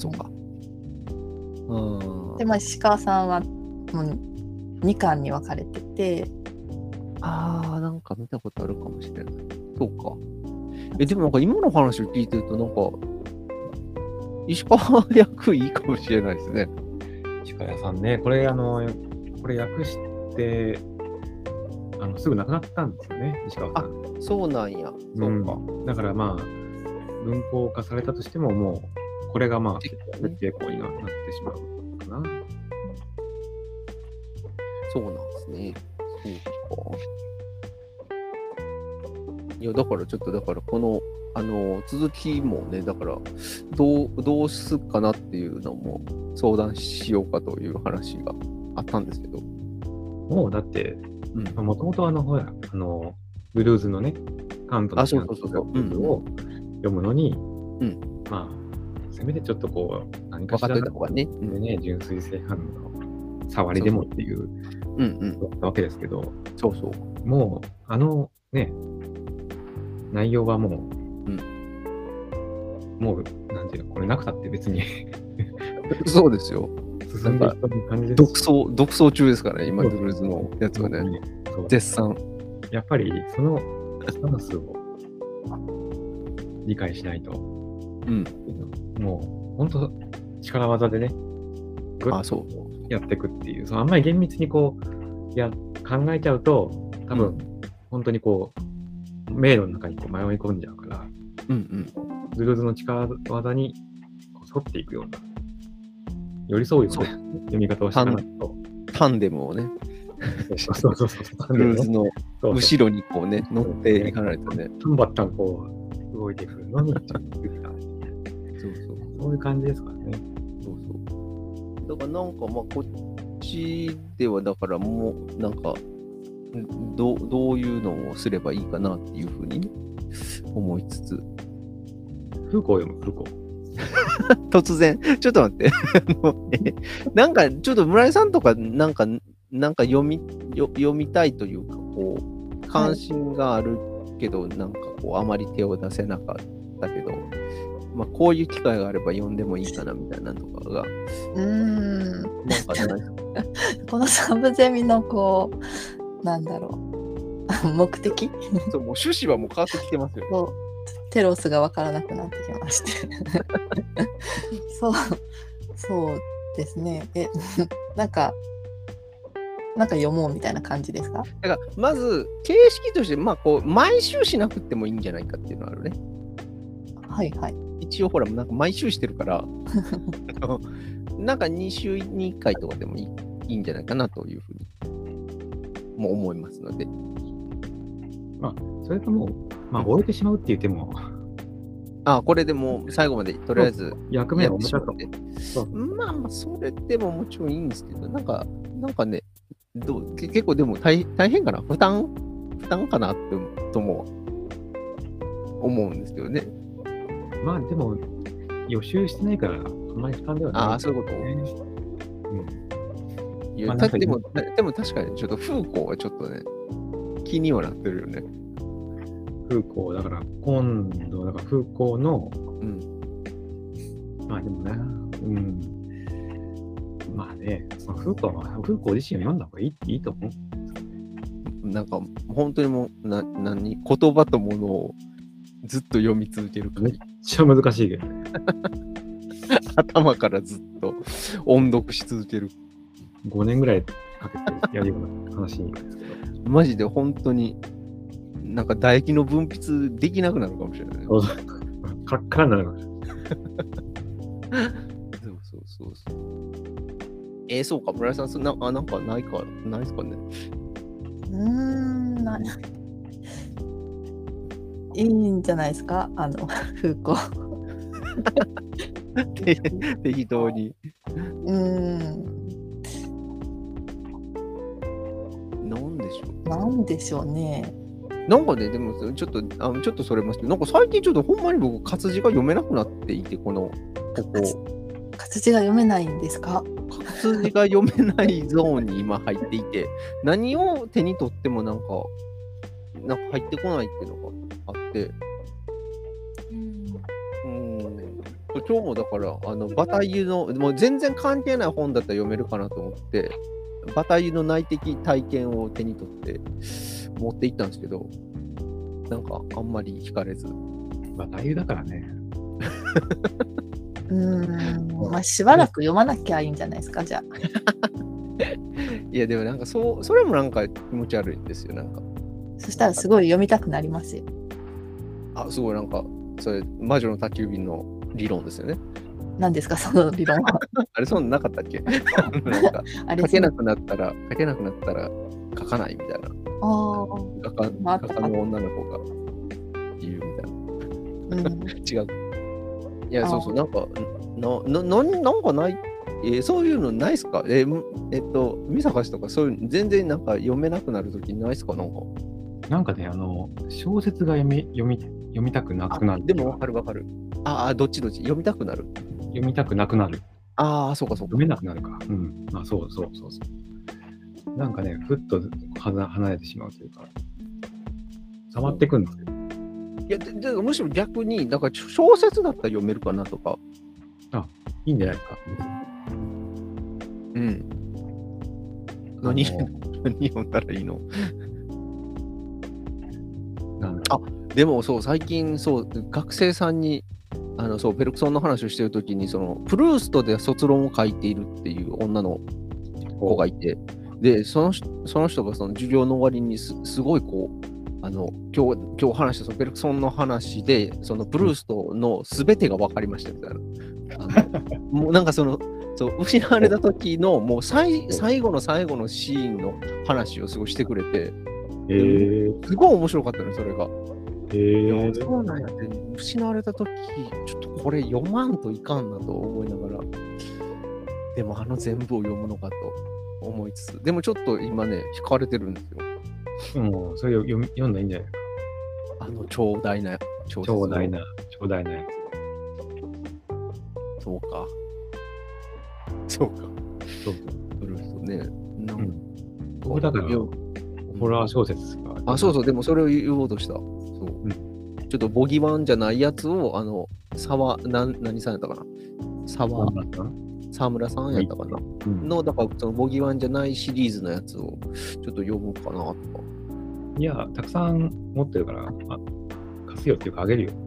Speaker 2: で、石川さんはもう2巻に分かれてて。
Speaker 1: なんか見たことあるかもしれない。そうか。でもなんか今の話を聞いてると、なんか、石川役いいかもしれないですね。
Speaker 3: 石川さんね、これ訳して、すぐ亡くなったんですよね、石川さん。
Speaker 1: そうなんや。そうか。
Speaker 3: だからまあ、文庫化されたとしても、もう、これがまあ、結構になってしまうかな。
Speaker 1: そうなんですね。そうか。いや、だからこの、続きもね、だから、どうすっかなっていうのも相談しようかという話があったんですけど。
Speaker 3: もうだって、もともとほら、ブルーズのね、カントの
Speaker 1: そう
Speaker 3: を読むのに、まあ、せめてちょっとこう、何かしら
Speaker 1: とかね、
Speaker 3: 純粋性反応の触りでもっていうわけですけど、もう、ね、内容はもう、もう、なんていうの、これなくたって別に
Speaker 1: そうですよ。
Speaker 3: 進んでいく感じです。
Speaker 1: 独走中ですからね、今、ブルーズのやつはね。絶賛。
Speaker 3: やっぱり、そのスタンスを理解しないと、もう、本当力技でね、ぐっとやっていくっていう、あんまり厳密にこう、考えちゃうと、多分、本当にこう、迷路の中にこう迷い込んじゃうから、ブルーズの力技に沿っていくような、寄り添うような読み方をしないと。
Speaker 1: タンデムをね、
Speaker 3: そう。
Speaker 1: ブルーズの後ろにこうね、乗っていかないとね。
Speaker 3: タンバッタンこう、動いてくるのに、そういう感じですからね。
Speaker 1: だからなんかこっちではだからもうなんかどういうのをすればいいかなっていうふうに思いつつ。
Speaker 3: フーコー読む、フーコー。
Speaker 1: 突然、ちょっと待って。なんかちょっと村井さんとかなんか読みたいというか、こう、関心があるけど、なんかこう、あまり手を出せなかったけど、こういう機会があれば読んでもいいかなみたいなのとかが。なんか
Speaker 2: このサブゼミのこう、なんだろう、目的
Speaker 1: そう、もう趣旨はもう変わってきてますよ。
Speaker 2: テロスが分からなくなってきましてそうですね。なんか読もうみたいな感じですか？
Speaker 1: だからまず形式としてこう毎週しなくてもいいんじゃないかっていうのがあるね。
Speaker 2: はいはい。
Speaker 1: 一応ほらなんか毎週してるからなんか2週に1回とかでもいいんじゃないかなというふうにも思いますので。
Speaker 3: それとも終えてしまうって言っても
Speaker 1: これでもう最後までとりあえず
Speaker 3: 役目を終えたと。
Speaker 1: それでももちろんいいんですけど、なんかね、結構でも大変かな、負担かなとも思うんですけどね。
Speaker 3: でも予習してないからあんまり負担ではない。
Speaker 1: そういうこと。でも確かにちょっとフーコーはちょっとね気にはなってるよね。
Speaker 3: フーコーだから今度だからフーコーのでもねフーコー自身を読んだ方がいいと思う。
Speaker 1: なんか本当にもう言葉とものをずっと読み続けるから
Speaker 3: めっちゃ難しいけどね
Speaker 1: 頭からずっと音読し続ける。
Speaker 3: 5年ぐらいかけてやるような話ですけど
Speaker 1: マジで本当になんか唾液の分泌できなくなるかもしれない。
Speaker 3: カラッカラになるかもしれない。
Speaker 1: そう。そうか、村井さん、なんかないですかね。
Speaker 2: いいんじゃないですか、風子。
Speaker 1: 適当に。
Speaker 2: なんでしょうね。
Speaker 1: なんかね、でもちょっとそれますけど、なんか最近ちょっとほんまに僕、活字が読めなくなっていて、ここ。
Speaker 2: 活字が読めないんですか？
Speaker 1: 活字が読めないゾーンに今入っていて、何を手に取ってもなんか入ってこないっていうのがあって、今日もだから、バタイユの、もう全然関係ない本だったら読めるかなと思って、バタイユの内的体験を手に取って持っていったんですけど、なんかあんまり惹かれず。
Speaker 3: バタイユだからね。
Speaker 2: まあ、しばらく読まなきゃいいんじゃないですか、じゃあ。
Speaker 1: いや、でもなんかそれもなんか気持ち悪いんですよ、なんか。
Speaker 2: そしたらすごい読みたくなりますよ。
Speaker 1: すごいなんか、それ、魔女の宅急便の理論ですよね。
Speaker 2: 何ですか、その理論は。
Speaker 1: あれ、そんななかったっけ？なんか書けなくなったら書かないみたいな。画家の女の子が言うみたいな。違う。いや、そう、なんかない、そういうのないっすか？見探しとかそういうの全然なんか読めなくなるときないっすか？
Speaker 3: なんかね、小説が読みたくなくなる。
Speaker 1: でもわかる。どっち読みたくなる。
Speaker 3: 読みたくなくなる。
Speaker 1: そうか。
Speaker 3: 読めなくなるか。そう。なんかね、ふっと離れてしまうというか、触ってくんですよ。
Speaker 1: いや、でむしろ逆に、だから小説だったら読めるかなとか。
Speaker 3: いいんじゃないですか。
Speaker 1: 何読んだらいいの？でもそう、最近、学生さんに、ペルクソンの話をしているときに、プルーストで卒論を書いているっていう女の子がいて、で、その人がその授業の終わりにすごいこう、今日話したペルクソンの話で、そのプルーストのすべてが分かりましたみたいな。もうなんか失われた時のもう最後の最後のシーンの話をすごいしてくれて、すごい面白かったね、それが。そうなんやって、失われた時ちょっとこれ読まんといかんなと思いながら、でも全部を読むのかと思いつつ、でもちょっと今ね、惹かれてるんですよ。
Speaker 3: それ読んだらいいんじゃないですか。
Speaker 1: 長大なやつ。そうか。ブルーストね。
Speaker 3: 僕だからホラー小説が。
Speaker 1: そう、でもそれを言おうとした。ちょっとボギワンじゃないやつを、何さんやったかな？沢村さんやったかな？だからそのボギワンじゃないシリーズのやつをちょっと読もうかなとか。
Speaker 3: いや、たくさん持ってるから、貸すよっていうかあげるよ。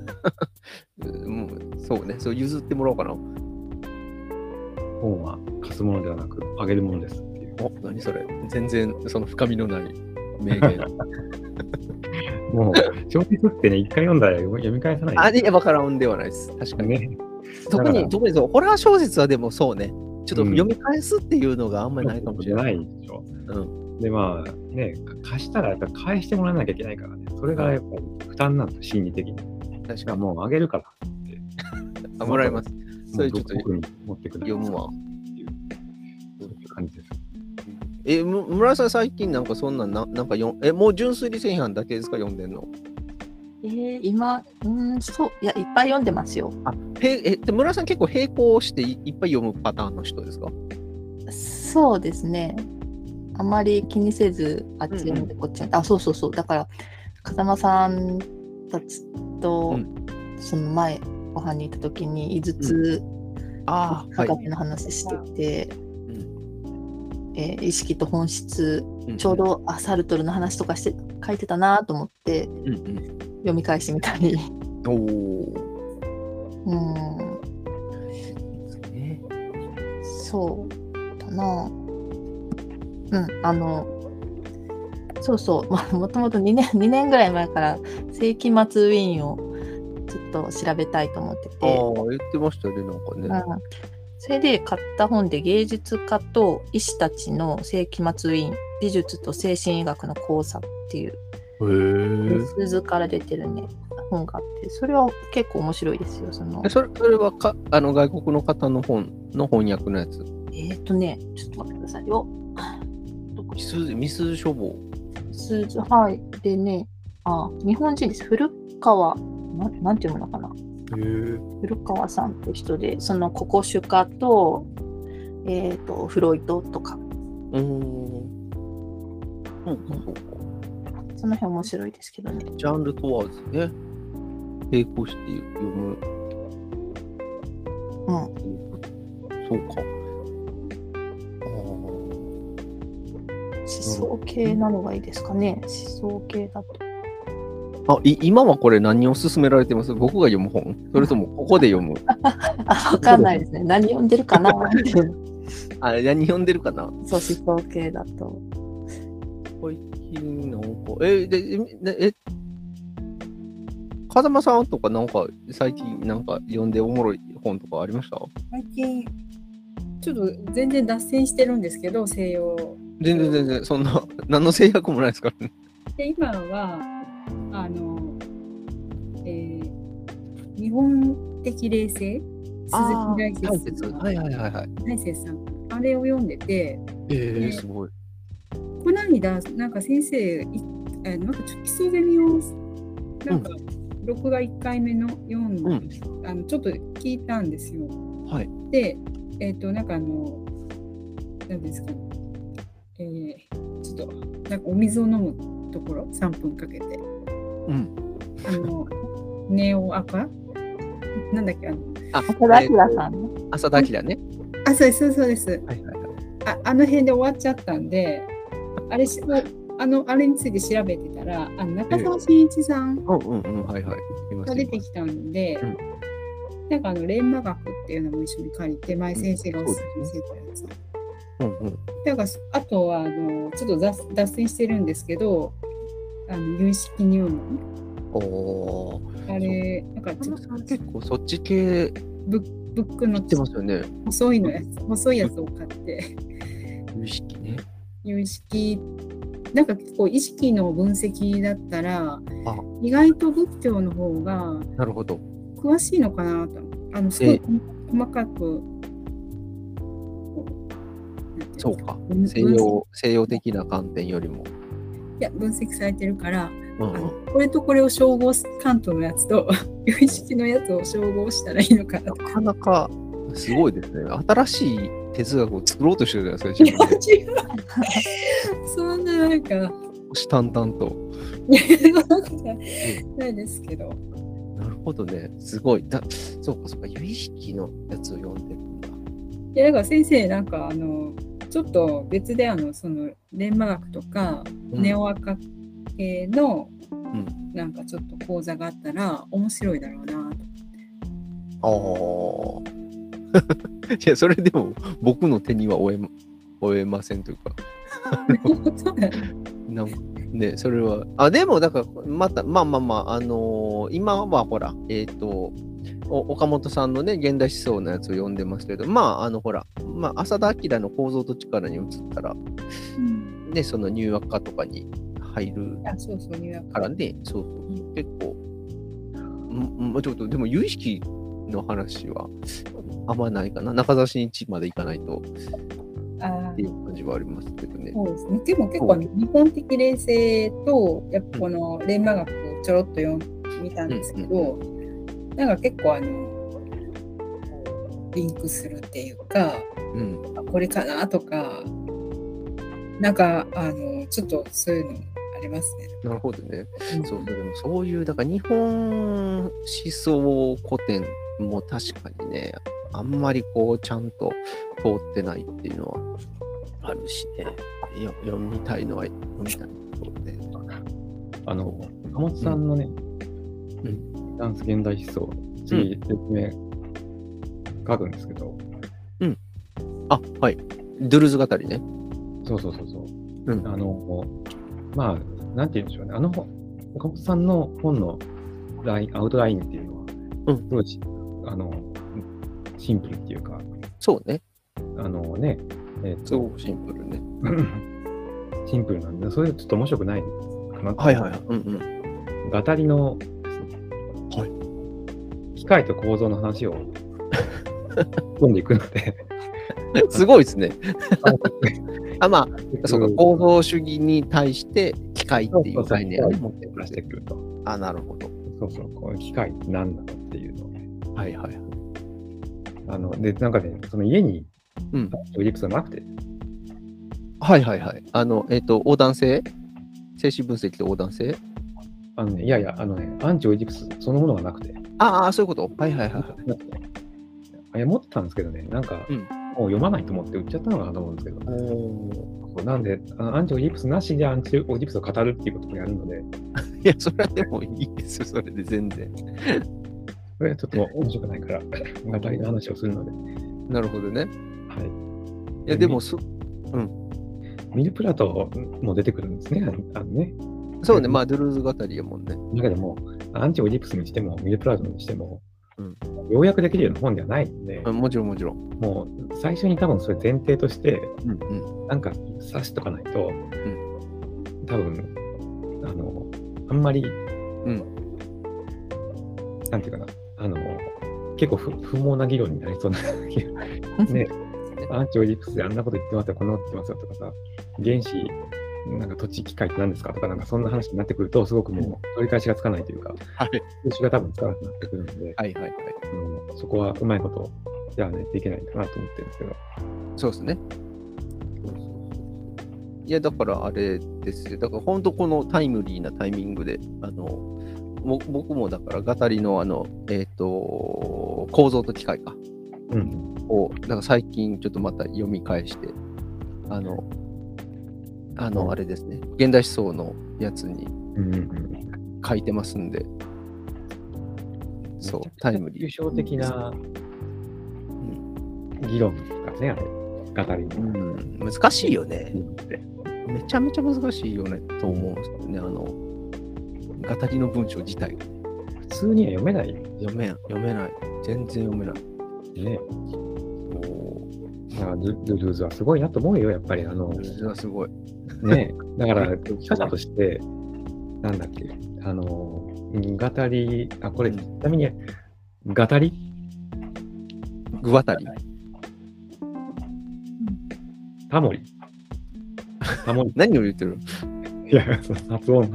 Speaker 1: そうね、そう譲ってもらおうかな。
Speaker 3: 本は貸すものではなく、あげるものですっていう。
Speaker 1: 何それ？全然その深みのない名言。
Speaker 3: もう、小説ってね、一回読んだら読み返さない。
Speaker 1: いや、わからんではないです。確かに。ね、特にホラー小説はでもそうね、ちょっと読み返すっていうのがあんまりないかもしれない。
Speaker 3: ないでしょ。で、ね、貸したらやっぱ返してもらわなきゃいけないからね、それがやっぱり負担なんです、心理的に。
Speaker 1: 確かに。
Speaker 3: もうあげるからって。
Speaker 1: もらいます。それちょっと
Speaker 3: 持ってくる。
Speaker 1: 読むわ。
Speaker 3: そういう感じです。
Speaker 1: 村さん最近なんかそんなんなんかもう純粋理戦犯だけですか読んでんの？
Speaker 2: 今いやいっぱい読んでますよ。
Speaker 1: 村さん結構並行していっぱい読むパターンの人ですか？
Speaker 2: そうですね。あまり気にせずあっち読んでこっち読んで、そうだから風間さんたちと、その前ご飯に行った時に井筒博士の話してて。意識と本質、ちょうどサルトルの話とか書いてたなと思って、読み返してみたり。そうだな。もともと2年ぐらい前から世紀末ウィーンをちょっと調べたいと思ってて。
Speaker 1: 言ってましたね、なんかね。
Speaker 2: それで買った本で芸術家と医師たちの世紀末ウィーン、美術と精神医学の交差っていう鈴から出てるね本があって、それは結構面白いですよ。そ
Speaker 1: れは外国の方の本の翻訳のやつ？
Speaker 2: ちょっと待ってくださいよ。
Speaker 1: ミス処方
Speaker 2: はい。でね、日本人です。古川、なんていうのかな。古川さんって人で、そのココシュカと、フロイトとか。その辺面白いですけどね。
Speaker 1: ジャンル問わずね、並行して読む。そうか。
Speaker 2: 思想系なのがいいですかね。思想系だと。
Speaker 1: 今はこれ何を勧められてます？僕が読む本？それともここで読む？
Speaker 2: わかんないですね。何読んでるかな
Speaker 1: 何読んでるかな？
Speaker 2: そう、思想系だと。
Speaker 1: 最近なんか、風間さんとかなんか最近なんか読んでおもろい本とかありました？
Speaker 4: 最近、ちょっと全然脱線してるんですけど、西洋。
Speaker 1: 全然、そんな、何の制約もないですからね。
Speaker 4: で、今は、日本的冷静、鈴木大拙さん、あれを読んでて、
Speaker 1: すごい。
Speaker 4: この間、なんか先生、なんか基礎ゼミを、なんか、録画1回目の読んで、ちょっと聞いたんですよ。
Speaker 1: はい。
Speaker 4: で、なんか何ですか、ちょっと、なんかお水を飲むところ、3分かけて。ネオアカなんだっけ、
Speaker 2: 浅田明さんね。
Speaker 1: 浅田明ね。
Speaker 4: そうです。あの辺で終わっちゃったんで、あれについて調べてたら、中澤真一さんが出てきたんで、なんか錬磨学っていうのも一緒に借りて、前先生がおすすめしてたやつ。だからあとはちょっと脱線してるんですけど、有意識入門。あれ、なんか
Speaker 1: 結構そっち系
Speaker 4: ブックの
Speaker 1: ってますよね。
Speaker 4: 細いやつを買って。
Speaker 1: 有意識ね。
Speaker 4: 有意識、なんか結構意識の分析だったら、意外と仏教の方が詳しいのかなと。すごい細かく。
Speaker 1: そうか。西洋的な観点よりも。
Speaker 4: いや、分析されてるから、これとこれを照合関東のやつと有意識のやつを照合したらいいのかな。
Speaker 1: なかなかすごいですね。新しい哲学を作ろうとしてるじゃないですか。
Speaker 4: 違う。そんななんか。
Speaker 1: 淡々と。
Speaker 4: ないですけど。
Speaker 1: なるほどね。すごい。そうか。有意識のやつを読んでるんだ。い
Speaker 4: や、だから先生、なんかちょっと別でその錬磨学とか、ネオアカ系の、なんかちょっと講座があったら面白いだろうなと。
Speaker 1: いや、それでも僕の手には負えませんというか。なんかね、それは。でも、だから、また、今はほら、岡本さんのね、現代思想のやつを読んでますけど、ほら、浅田明の構造と力に移ったら、ね、その入学科とかに入るからね、結構、ちょっと、でも有意識の話はあんまないかな。中澤真一までいかないとっていう感じはありますけどね。
Speaker 4: そうですね。でも結構日本的冷静と、やっぱこの錬磨学をちょろっと読みたんですけど、なんか結構リンクするっていうか、これかなとか、なんかちょっとそういうのありますね。
Speaker 1: なるほどね。でもそういうだから日本思想古典も確かにね、あんまりちゃんと通ってないっていうのはあるしね。読みたいのは読みたいところで。
Speaker 3: 岡本さんのね、ダンス現代思想、次、説明書くんですけど。
Speaker 1: はい。ドゥルーズ語りね。
Speaker 3: そう。なんて言うんでしょうね。岡本さんの本のアウトラインっていうのは、すごいシンプルっていうか。
Speaker 1: そうね。
Speaker 3: すごくシンプルね。シンプルなんで、それちょっと面白くないかな。語りの、機械と構造の話を読んでいくので。
Speaker 1: すごいですね。そうか、構造主義に対して機械っていう概念を持って
Speaker 3: 出してくると。
Speaker 1: あ、なるほど。
Speaker 3: そうそう、この機械って何なのっていうのをね。
Speaker 1: はいはい。
Speaker 3: で、なんかね、その家に、
Speaker 1: うん。
Speaker 3: オリプスがなくて。
Speaker 1: はいはいはい。横断性精子分析と横断性
Speaker 3: いやいや、アンチオイジプスそのものがなくて。
Speaker 1: ああ、そういうこと。はいはいはい。
Speaker 3: 持ってたんですけどね、なんか、もう読まないと思って売っちゃったのかなと思うんですけど。なんで、アンチオイジプスなしでアンチオイジプスを語るっていうことをやるので。
Speaker 1: いや、それはでもいいですよ、それで全然。
Speaker 3: それはちょっと面白くないから、語りの話をするので。
Speaker 1: なるほどね。
Speaker 3: はい。
Speaker 1: いや、でも
Speaker 3: ミルプラトも出てくるんですね。
Speaker 1: そうね、まあ、ドゥルーズ語りやもんね。
Speaker 3: だけども、アンチオイジプスにしても、ミルプラトにしても、要約できるような本ではないので、
Speaker 1: もちろんもちろん。
Speaker 3: もう最初に多分それ前提として、なんか指しとかないと、多分あんまり、なんていうかな、結構不毛な議論になりそうなね。アンチオイジプスであんなこと言ってますよ、こんなこと言ってますよとかさ、原子、なんか土地機械って何ですかとか、なんかそんな話になってくると、すごくもう取り返しがつかないというか、数字が多分つかなくなってくるので、そこはうまいことやらないといけないかなと思ってるんですけど。
Speaker 1: そうですね。いや、だからあれですよ。だから本当このタイムリーなタイミングで、僕もだから語りの構造と機械か。をなんか最近ちょっとまた読み返してあれですね、現代思想のやつに書いてますんで、そうタイムリー
Speaker 3: 抽象的な議論がね、あれ語り
Speaker 1: の、難しいよね。めちゃめちゃ難しいよねと思うんですけどね、語りの文章自体が
Speaker 3: 普通には読めない。
Speaker 1: 読めない。全然読めない。
Speaker 3: ね。ルーズはすごいなと思うよ、やっぱり。ル
Speaker 1: ーズはすごい。
Speaker 3: ね。だから、著者として、なんだっけ、語り、これ、ちなみに、語り
Speaker 1: 具渡り
Speaker 3: タモリ。
Speaker 1: 何を言ってる？
Speaker 3: いや、発音。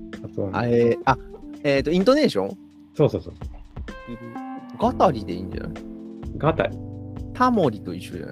Speaker 1: イントネーション？
Speaker 3: そう。
Speaker 1: 語りでいいんじゃない？
Speaker 3: 語り。
Speaker 1: タモリと一緒じゃない？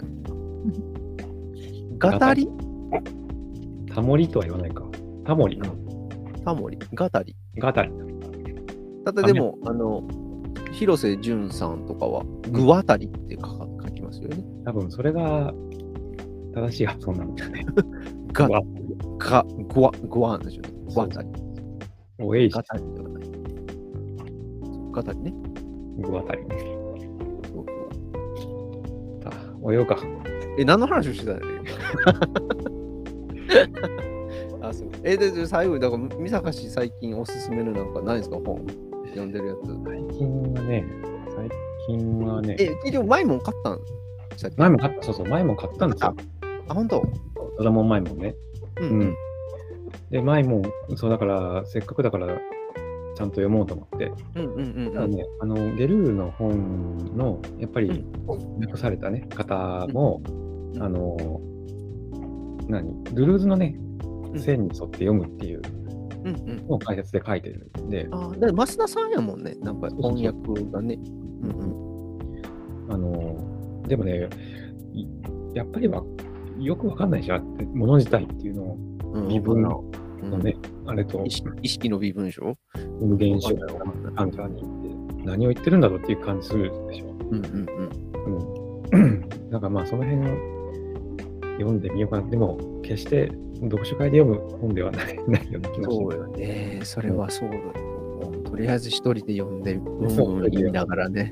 Speaker 1: 語り？
Speaker 3: タモリとは言わないか。タモリか。
Speaker 1: タモリ。語り。
Speaker 3: 語り。
Speaker 1: ただでも、広瀬淳さんとかは、具渡りって書きますよね。
Speaker 3: 多分それが正しい発音なんだよね。
Speaker 1: グワンでしょね。グ渡り。
Speaker 3: おえいし。
Speaker 1: 語りではない。語りね。
Speaker 3: 具渡りね。おようか。
Speaker 1: 何の話をしてたんだよ。あ、そう。で、最後に、だから、三坂氏最近おすすめのなんかないですか、本読んでるやつ。
Speaker 3: 最近はね。
Speaker 1: でも前も買ったん？
Speaker 3: 前も買った、そう、前も買ったんですよ。
Speaker 1: 本当？
Speaker 3: ドラモン前もね。で、前も、そうだから、せっかくだから、ちゃんと読もうと思って。ゲルーの本の、やっぱり、訳されたね、方も、ドゥルーズのね、線に沿って読むっていうのを解説で書いてるんで。
Speaker 1: だから増田さんやもんね、なんか翻訳がね。
Speaker 3: でもね、やっぱりはよくわかんないじゃん、もの自体っていうのを、微分のね、あれと、
Speaker 1: 意識の微分章
Speaker 3: 無限小の関係に行って、何を言ってるんだろうっていう感じするでしょ。なんかまあ、その辺を読んでみようかな。でも、決して読書会で読む本ではないような気がします。
Speaker 1: そうよね。それはそうだと。とりあえず一人で読んで、言いながらね。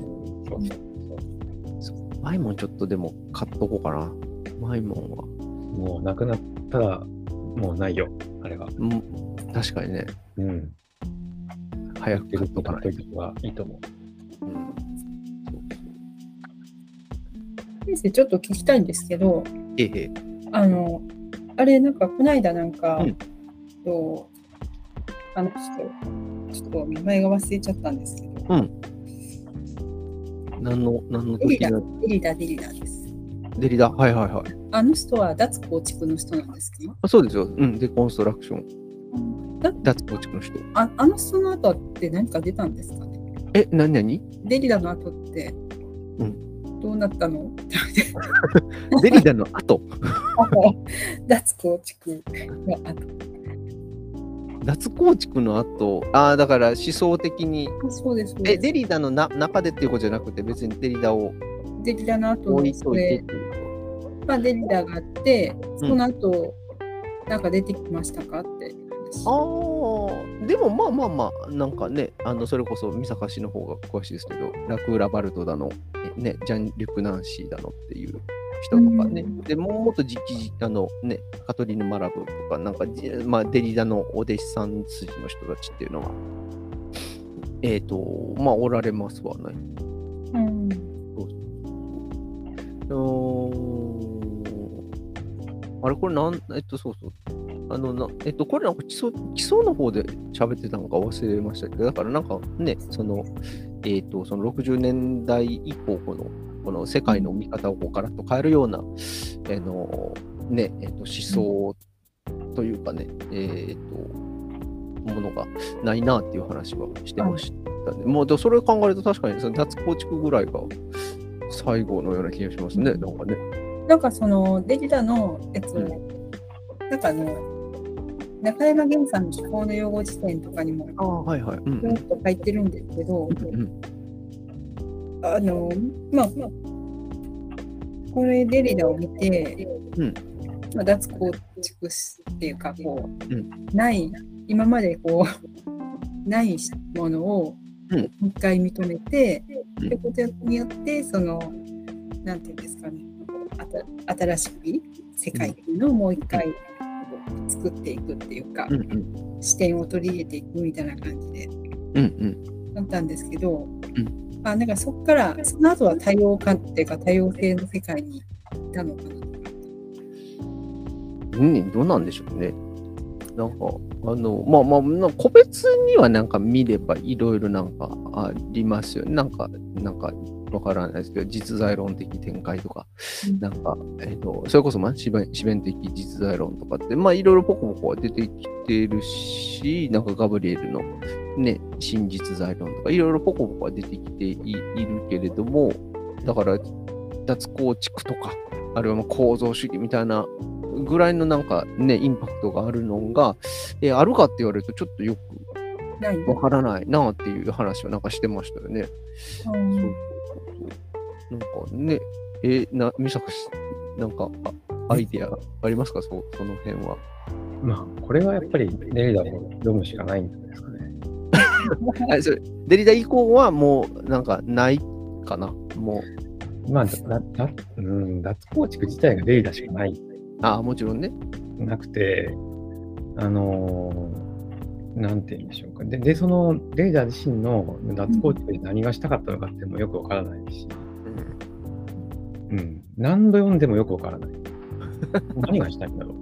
Speaker 1: マイモンちょっとでも買っとこうかな。マイモンは。
Speaker 3: もうなくなったら、もうないよ、あれは。
Speaker 1: 確かにね。早く買っとかないと
Speaker 3: いいと思う。
Speaker 4: 先生、ちょっと聞きたいんですけど、あれ、なんか、この間なんか、ちょっと名前が忘れちゃったんですけど、何の時のデリダです。
Speaker 1: デリダ、はい。
Speaker 4: あの人は脱構築の人なんですか？
Speaker 1: そうですよ。デコンストラクション。 脱構築の人。
Speaker 4: その後って何か出たんですかね。
Speaker 1: 何
Speaker 4: デリダの後って、どうなったの？
Speaker 1: デリダの後
Speaker 4: 脱構築の後。
Speaker 1: 脱構築の後、だから思想的に。
Speaker 4: そうです。
Speaker 1: デリダの中でっていうことじゃなくて、別にデリダの後
Speaker 4: のそれ、デリダがあって、その後、なんか出てきましたかって話。
Speaker 1: でもまあ、なんかね、それこそ三坂氏の方が詳しいですけど、ラクーラ・バルトだの、ね、ジャン・リュク・ナンシーだのっていう人とかね、でもっとカトリーヌ・マラブとか、なんか、デリダのお弟子さん筋の人たちっていうのは、おられますわね。あれ、これそう。これなんか基礎の方で喋ってたのか忘れましたけど、だからなんかね、その60年代以降、この世界の見方をガラッと変えるような、思想というかね、ものがないなっていう話はしてましたね。もうそれを考えると確かにその脱構築ぐらいが最後のような気がしますね。なんかね。
Speaker 4: なんかそのデリダのやつを、なんか中山源さんの手法の用語辞典とかにもちょっと書いてるんですけど、これデリダを見て、脱構築っていうか今までないものをもう一回認めて、ってことによってなんていうんですかね、新しい世界っていうのをもう一回作っていくっていうか、視点を取り入れていくみたいな感じでだったんですけど、なんかそこからその後は多様化っていうか多様性の世界に行ったのかな。
Speaker 1: どうなんでしょうね。なんか個別にはなんか見ればいろいろなんかありますよね。なんかわからないですけど、実在論的展開とか、なんか、それこそ思弁的実在論とかって、いろいろポコポコは出てきてるし、なんかガブリエルのね、真実在論とか、いろいろポコポコは出てきているけれども、だから、脱構築とか、あるいは構造主義みたいなぐらいのなんかね、インパクトがあるのが、あるかって言われるとちょっとよくわからないなっていう話をなんかしてましたよね。なんかね、美坂氏、なんかアイデアありますか、その辺は。
Speaker 3: これはやっぱりデリダを読むしかないんじゃないですかね。
Speaker 1: それデリダ以降はもうなんかないかな、もう。
Speaker 3: 脱構築自体がデリダしかない。
Speaker 1: もちろんね。
Speaker 3: なくて、なんて言うんでしょうか。で、そのデリダ自身の脱構築で何がしたかったのかっていうのもよくわからないし、何度読んでもよくわからない。何がしたいんだろう。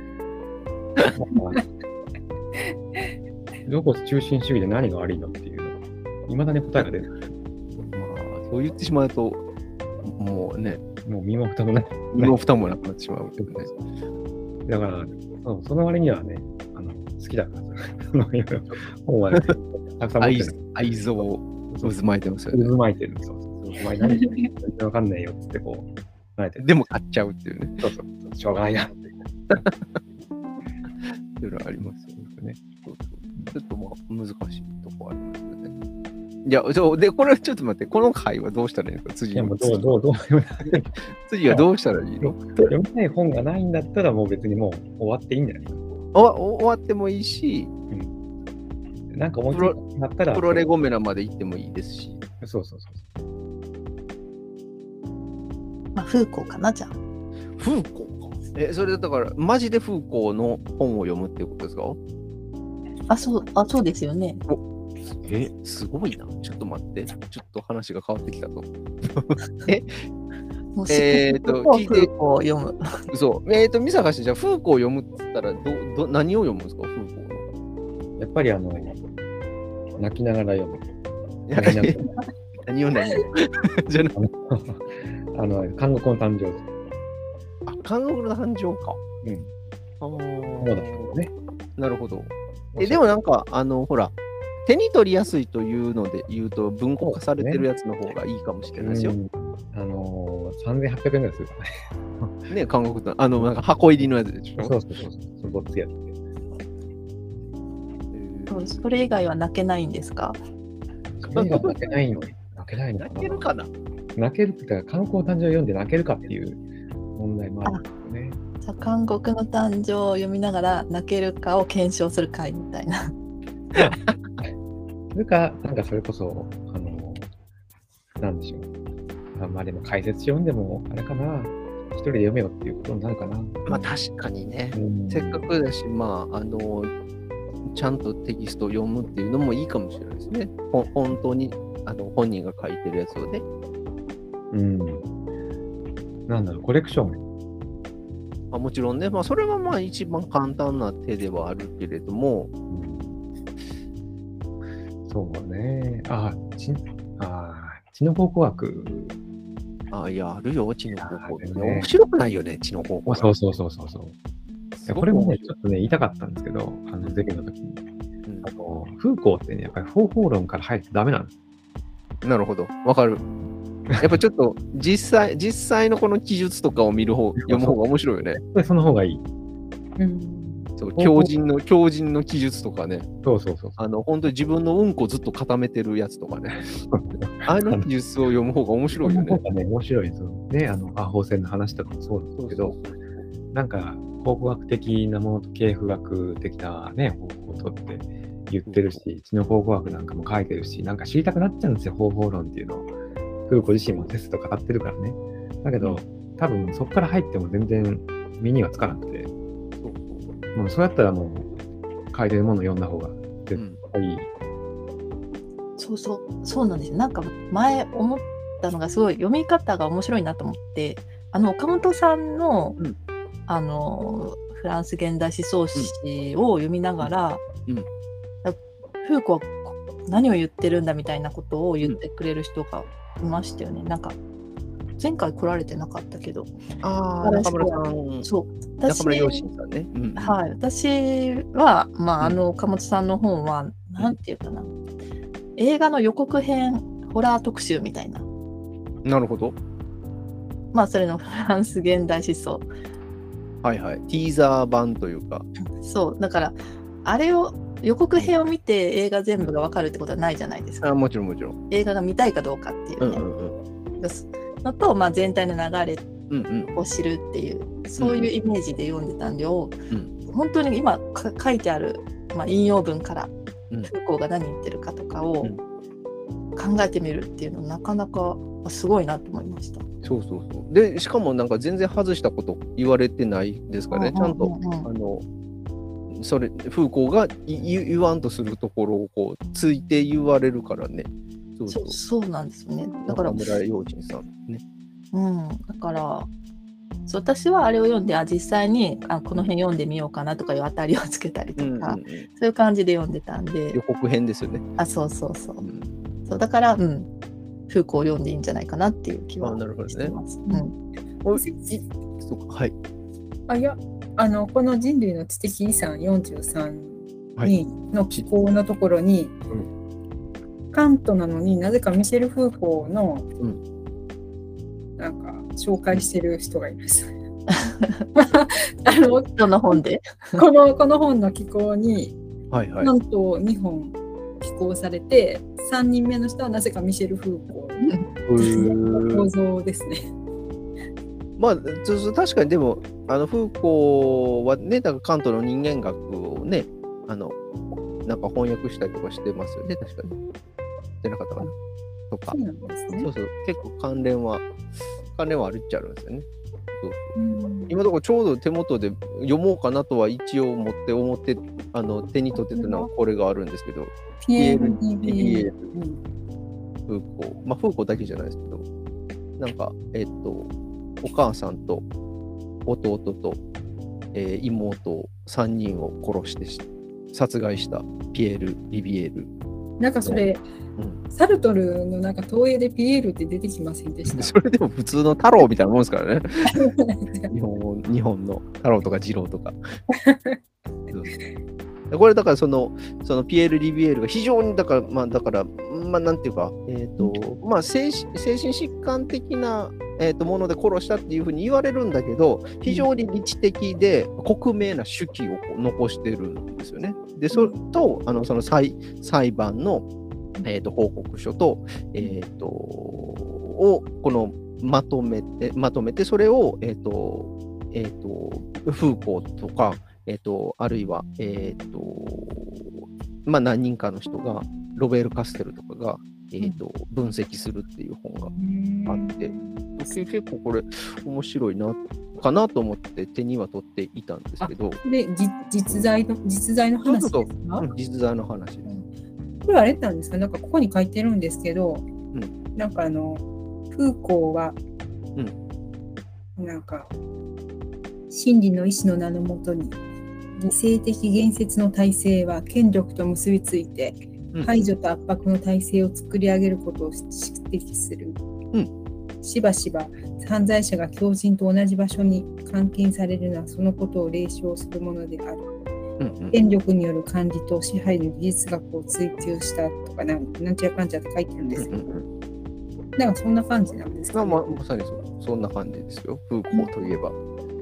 Speaker 3: どこ中心主義で何が悪いのっていうのは、いまだに答えが出ない。
Speaker 1: そう言ってしまうと、もうね、
Speaker 3: もう身も蓋もない。
Speaker 1: 身も蓋もなくなってしまう、ね。
Speaker 3: だから、その割にはね、好きだからさ、本はたくさん持ってる。
Speaker 1: 愛憎を渦巻いてますよね。
Speaker 3: 渦巻いてる。お前何全然わかんないよっつって
Speaker 1: でも買っちゃうっていうね。
Speaker 3: しょうがないなって。
Speaker 1: それはありますよね。ちょっと難しいとこありますよね。いや、で、これはちょっと待って、この回はどうしたらいいのか、次は。次はどうしたらいいの？
Speaker 3: 読みたい本がないんだったら、もう別にもう終わっていいんじゃないかな。
Speaker 1: 終わってもいいし、
Speaker 3: なんか思いついたったら、
Speaker 1: プロレゴメラまで行ってもいいですし。
Speaker 3: そう。
Speaker 2: フーコーかな、じゃあ。
Speaker 1: フーコーか。それだから、マジでフーコーの本を読むっていうことですか？
Speaker 2: そうですよね。
Speaker 1: すごいな。ちょっと待って。ちょっと話が変わってきたと。
Speaker 2: もう聞いて。フーコーを読む。
Speaker 1: そう。美坂氏、じゃあ、フーコーを読むって言ったら、何を読むんですか、フーコーの。
Speaker 3: やっぱり泣きながら読む。
Speaker 1: 何をじゃ
Speaker 3: 監獄の誕生。
Speaker 1: 監獄の誕生か。
Speaker 3: そうだったね。
Speaker 1: なるほど。 でもなんか、ほら、手に取りやすいというので言うと、文庫化されてるやつの方がいいかもしれないですよ。
Speaker 3: 3800円ぐらいするからね。
Speaker 1: ね、韓国と、なんか箱入りのやつでしょ。
Speaker 3: そう。そごっついやつ。
Speaker 2: それ以外は泣けないんですか？
Speaker 3: それ以外は泣けないのに。泣けないのかな。
Speaker 1: 泣けるかな。
Speaker 3: 泣けるって言ったら、観光誕生を読んで泣けるかっていう問題もあるんですよね。
Speaker 2: じゃあ韓国の誕生を読みながら泣けるかを検証する会みたいな。
Speaker 3: それか、なんかそれこそ、なんでしょう。まあでも解説読んでも、あれかな、一人で読めよっていうことになるかな。
Speaker 1: まあ確かにね、せっかくだし、まあ、ちゃんとテキストを読むっていうのもいいかもしれないですね。本当に本人が書いてるやつをね。
Speaker 3: なんだろう、コレクション。
Speaker 1: もちろんね、まあそれはまあ一番簡単な手ではあるけれども、
Speaker 3: そうね。知の考古学。
Speaker 1: いや、あるよ、知の考古学。面白くないよね、知の考古学。
Speaker 3: そう。これもね、ちょっとね、言いたかったんですけど、ゼミの時に。フーコーってね、やっぱり方法論から入るとダメなんです。
Speaker 1: なるほど、わかる。やっぱちょっと実際のこの記述とかを読む方が面白いよね。
Speaker 3: その方がいい。
Speaker 1: そう強靭の記述とかね。
Speaker 3: そう。
Speaker 1: 本当に自分のうんこずっと固めてるやつとかね。記述を読む方が面白いよね。
Speaker 3: 面白いですよね。アホ線の話とかもそうですけど、なんか考古学的なものと系譜学的なね、方法を取って言ってるし、知の考古学なんかも書いてるし、なんか知りたくなっちゃうんですよ、方法論っていうのを。フーコ自身もテスト語ってるからね。だけど、多分そこから入っても全然身にはつかなくて、もうそうやったらもう書いてるものを読んだ方が絶対いい。
Speaker 2: そうなんですよ。なんか前思ったのがすごい読み方が面白いなと思って、岡本さんの、フランス現代思想史を読みながら、フーコは何を言ってるんだみたいなことを言ってくれる人がいましたよね。なんか前回来られてなかったけど、
Speaker 1: 中村さん、中村陽心さんね。
Speaker 2: はい、私は、岡本さんの本は、なんていうかな、映画の予告編、ホラー特集みたいな。
Speaker 1: なるほど。
Speaker 2: それのフランス現代思想。
Speaker 1: ティーザー版というか。
Speaker 2: そう、だから、あれを、予告編を見て映画全部が分かるってことはないじゃないですか。
Speaker 1: もちろん。
Speaker 2: 映画が見たいかどうかっていうね。のと、引体の流れを知るっていう、そういうイメージで読んでたんで、本当に今書いてある、引用文から、フーコーが何言ってるかとかを考えてみるっていうのなかなかすごいなと思いました。
Speaker 1: そう。で、しかもなんか全然外したこと言われてないですからね、ちゃんと、フーコーが言わんとするところをこうついて言われるからね。
Speaker 2: そうなんですよね。だから
Speaker 1: 中村陽心さんね。
Speaker 2: だから私はあれを読んで実際にこの辺読んでみようかなとかいう当たりをつけたりとか、そういう感じで読んでたんで。
Speaker 1: 予告編ですよね。
Speaker 2: そうだから、フーコーを読んでいいんじゃないかなっていう気はしてます。
Speaker 4: いや、この人類の知的遺産43の寄稿のところに、カントなのになぜかミシェル・フーコーの、なんか紹介してる人がいます。
Speaker 2: どの本で
Speaker 4: この本の寄稿に、なんと2本寄稿されて、3人目の人はなぜかミシェル・フーコー構造ですね。
Speaker 1: 確かにでもフーコーはね、だからカントの人間学をね、なんか翻訳したりとかしてますよね、確かに。じゃなかったかなとか。
Speaker 4: そうなんですね。
Speaker 1: 結構関連はあるっちゃあるんですよね。今のところちょうど手元で読もうかなとは一応思って手に取ってたのはこれがあるんですけど、
Speaker 4: ピエール・
Speaker 1: リビエール、フーコー、フーコーだけじゃないですけど、なんかお母さんと弟と、妹3人を殺して殺害したピエール・リビエール。
Speaker 4: なんかそれ、サルトルのなんか東映でピエールって出てきませんでした？
Speaker 1: それでも普通の太郎みたいなもんですからね。日本の太郎とか二郎とか。 これだからそのピエール・リビエールが非常にだからなんていうか、精神疾患的な、もので殺したっていうふうに言われるんだけど、非常に理知的で酷命な手記を残してるんですよね。で、その裁判の、報告書と、をこのまとめて、それを、フーコーとか、あるいは、何人かの人が、ロベール・カステルとかが、分析するっていう本があって、結構これ面白いなかなと思って手には取っていたんですけど。
Speaker 4: で、実在の話ですか？
Speaker 1: 実在の話です。
Speaker 4: これあれなんですか？なんかここに書いてるんですけど、なんかフーコーは、なんか真理の意志の名のもとに理性的言説の体制は権力と結びついて、排除と圧迫の体制を作り上げることを指摘する。しばしば犯罪者が狂人と同じ場所に監禁されるのはそのことを冷笑するものである。権力による管理と支配の技術学を追求したとかなんちゃらかんちゃって書いてるんですけど、なんかそんな感じなんですかね。
Speaker 1: まさにそんな感じですよ、フーコーといえば。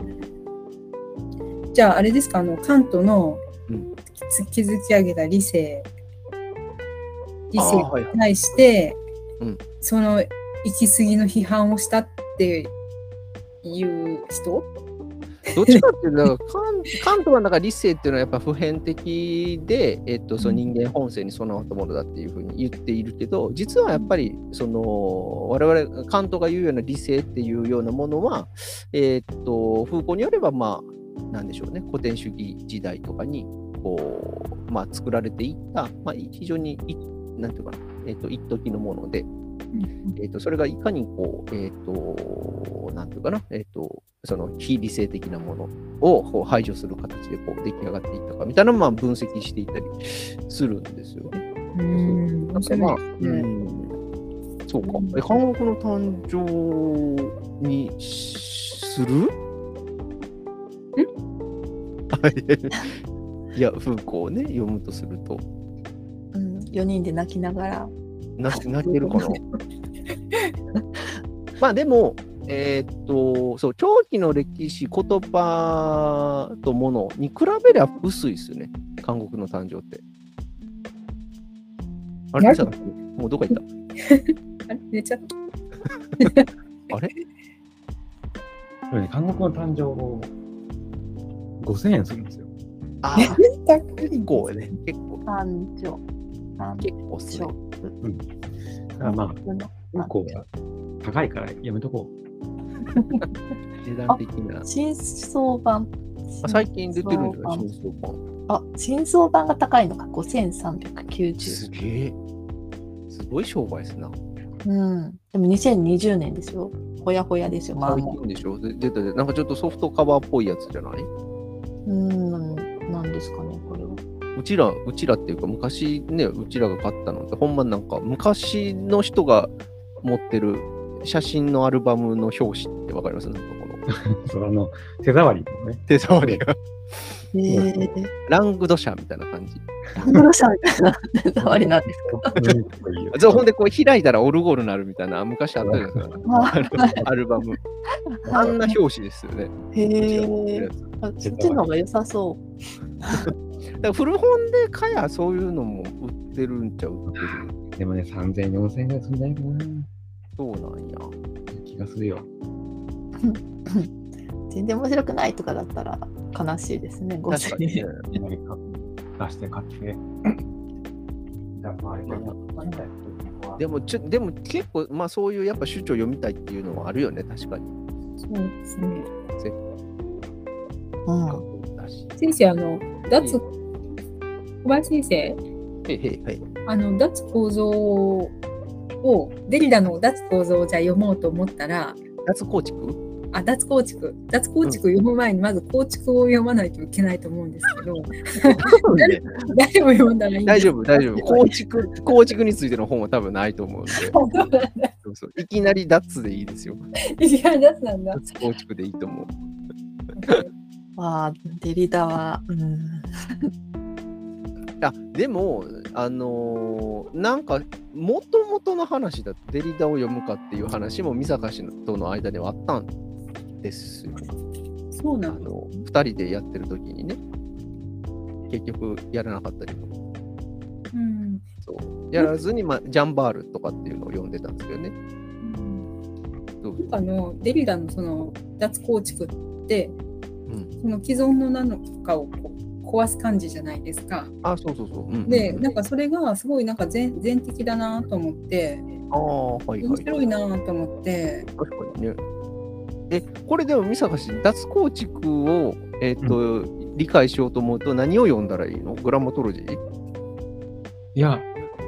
Speaker 4: じゃああれですか、カントの築き上げた理性に対して、その行き過ぎの批判をしたっていう人？
Speaker 1: どっちかっていうと、カントはなんか理性っていうのはやっぱ普遍的で、その人間本性に備わったものだっていうふうに言っているけど、実はやっぱり我々カントが言うような理性っていうようなものは、フーコーによればなんでしょうね、古典主義時代とかに作られていった、非常になんていうかな、一時のもので。それがいかになんていうかな、その非理性的なものを排除する形で出来上がっていったかみたいなのを分析していたりするんですよね。そうか。監獄の誕生にする？いや、フーコーね、読むとすると。
Speaker 2: 4人で泣きながら。
Speaker 1: 泣けるかな。でも、そう長期の歴史、言葉とものに比べれば薄いですよね、監獄の誕生って。あれもうどこ行った？
Speaker 4: あれ寝ちゃった。
Speaker 1: あれ？
Speaker 3: 監獄の誕生を5000円するんですよ。
Speaker 1: 結構ね、結構。
Speaker 2: 誕生。
Speaker 1: 結構っすね。
Speaker 3: フーコーは高いからやめとこう。
Speaker 1: 値段的な。
Speaker 2: 新装版。
Speaker 1: 最近出てるんじゃない？新装版。
Speaker 2: 新装版が高いのか、5390。
Speaker 1: すげえ。すごい商売ですな。
Speaker 2: でも2020年ですよ。ほやほやですよ。
Speaker 1: 最近でしょ。出たで、なんかちょっとソフトカバーっぽいやつじゃない？
Speaker 2: なんですかね、これは。
Speaker 1: うちらっていうか、昔ね、うちらが買ったのって、ほんまなんか、昔の人が持ってる写真のアルバムの表紙ってわかります？なんか
Speaker 3: 手触りのね。
Speaker 1: 手触りが。ラングドシャみたいな感じ。
Speaker 2: ラングドシャみたいな手触りなんですか？
Speaker 1: ほんで、開いたらオルゴールになるみたいな、昔あったじゃないですか。アルバム。あんな表紙ですよね。
Speaker 2: そっちの方が良さそう。
Speaker 1: だから古本で買やそういうのも売ってるんちゃう？売ってる。
Speaker 3: でもね、3000、4000円がすんじゃないかな。
Speaker 1: そうなんや。
Speaker 3: 気がするよ。
Speaker 2: 全然面白くないとかだったら悲しいですね、5000円。
Speaker 3: 出して買って。
Speaker 1: でも結構、そういうやっぱ主張読みたいっていうのはあるよね、確かに。
Speaker 4: そうですね。
Speaker 1: 先
Speaker 4: 生、小林先生、脱構造を、デリダの脱構造をじゃあ読もうと思ったら、
Speaker 1: 脱構築
Speaker 4: 読む前にまず構築を読まないといけないと思うんですけど、誰も読んだらいいんですか？
Speaker 1: 大丈夫。構築についての本は多分ないと思うんで。そういきなり脱でいいですよ。
Speaker 4: いきなり脱なんだ。
Speaker 1: 脱構築でいいと思う。
Speaker 2: デリダは、
Speaker 1: やでもなんかもともとの話だとデリダを読むかっていう話も三坂氏との間ではあったんですよ。
Speaker 4: そうなの。
Speaker 1: 2人でやってる時にね、結局やらなかったりとか、そうやらずに、ジャンバールとかっていうのを読んでたんですよね。
Speaker 4: デリダのその脱構築って、その既存の何かを壊す感じじゃないですか。
Speaker 1: あ、そうそうそう。
Speaker 4: で、なんかそれがすごいなんか全的だなと思って、面白いなと思って。
Speaker 1: 確かにね。これでも三坂氏、脱構築を、理解しようと思うと何を読んだらいいの？グラマトロジー？
Speaker 3: いや、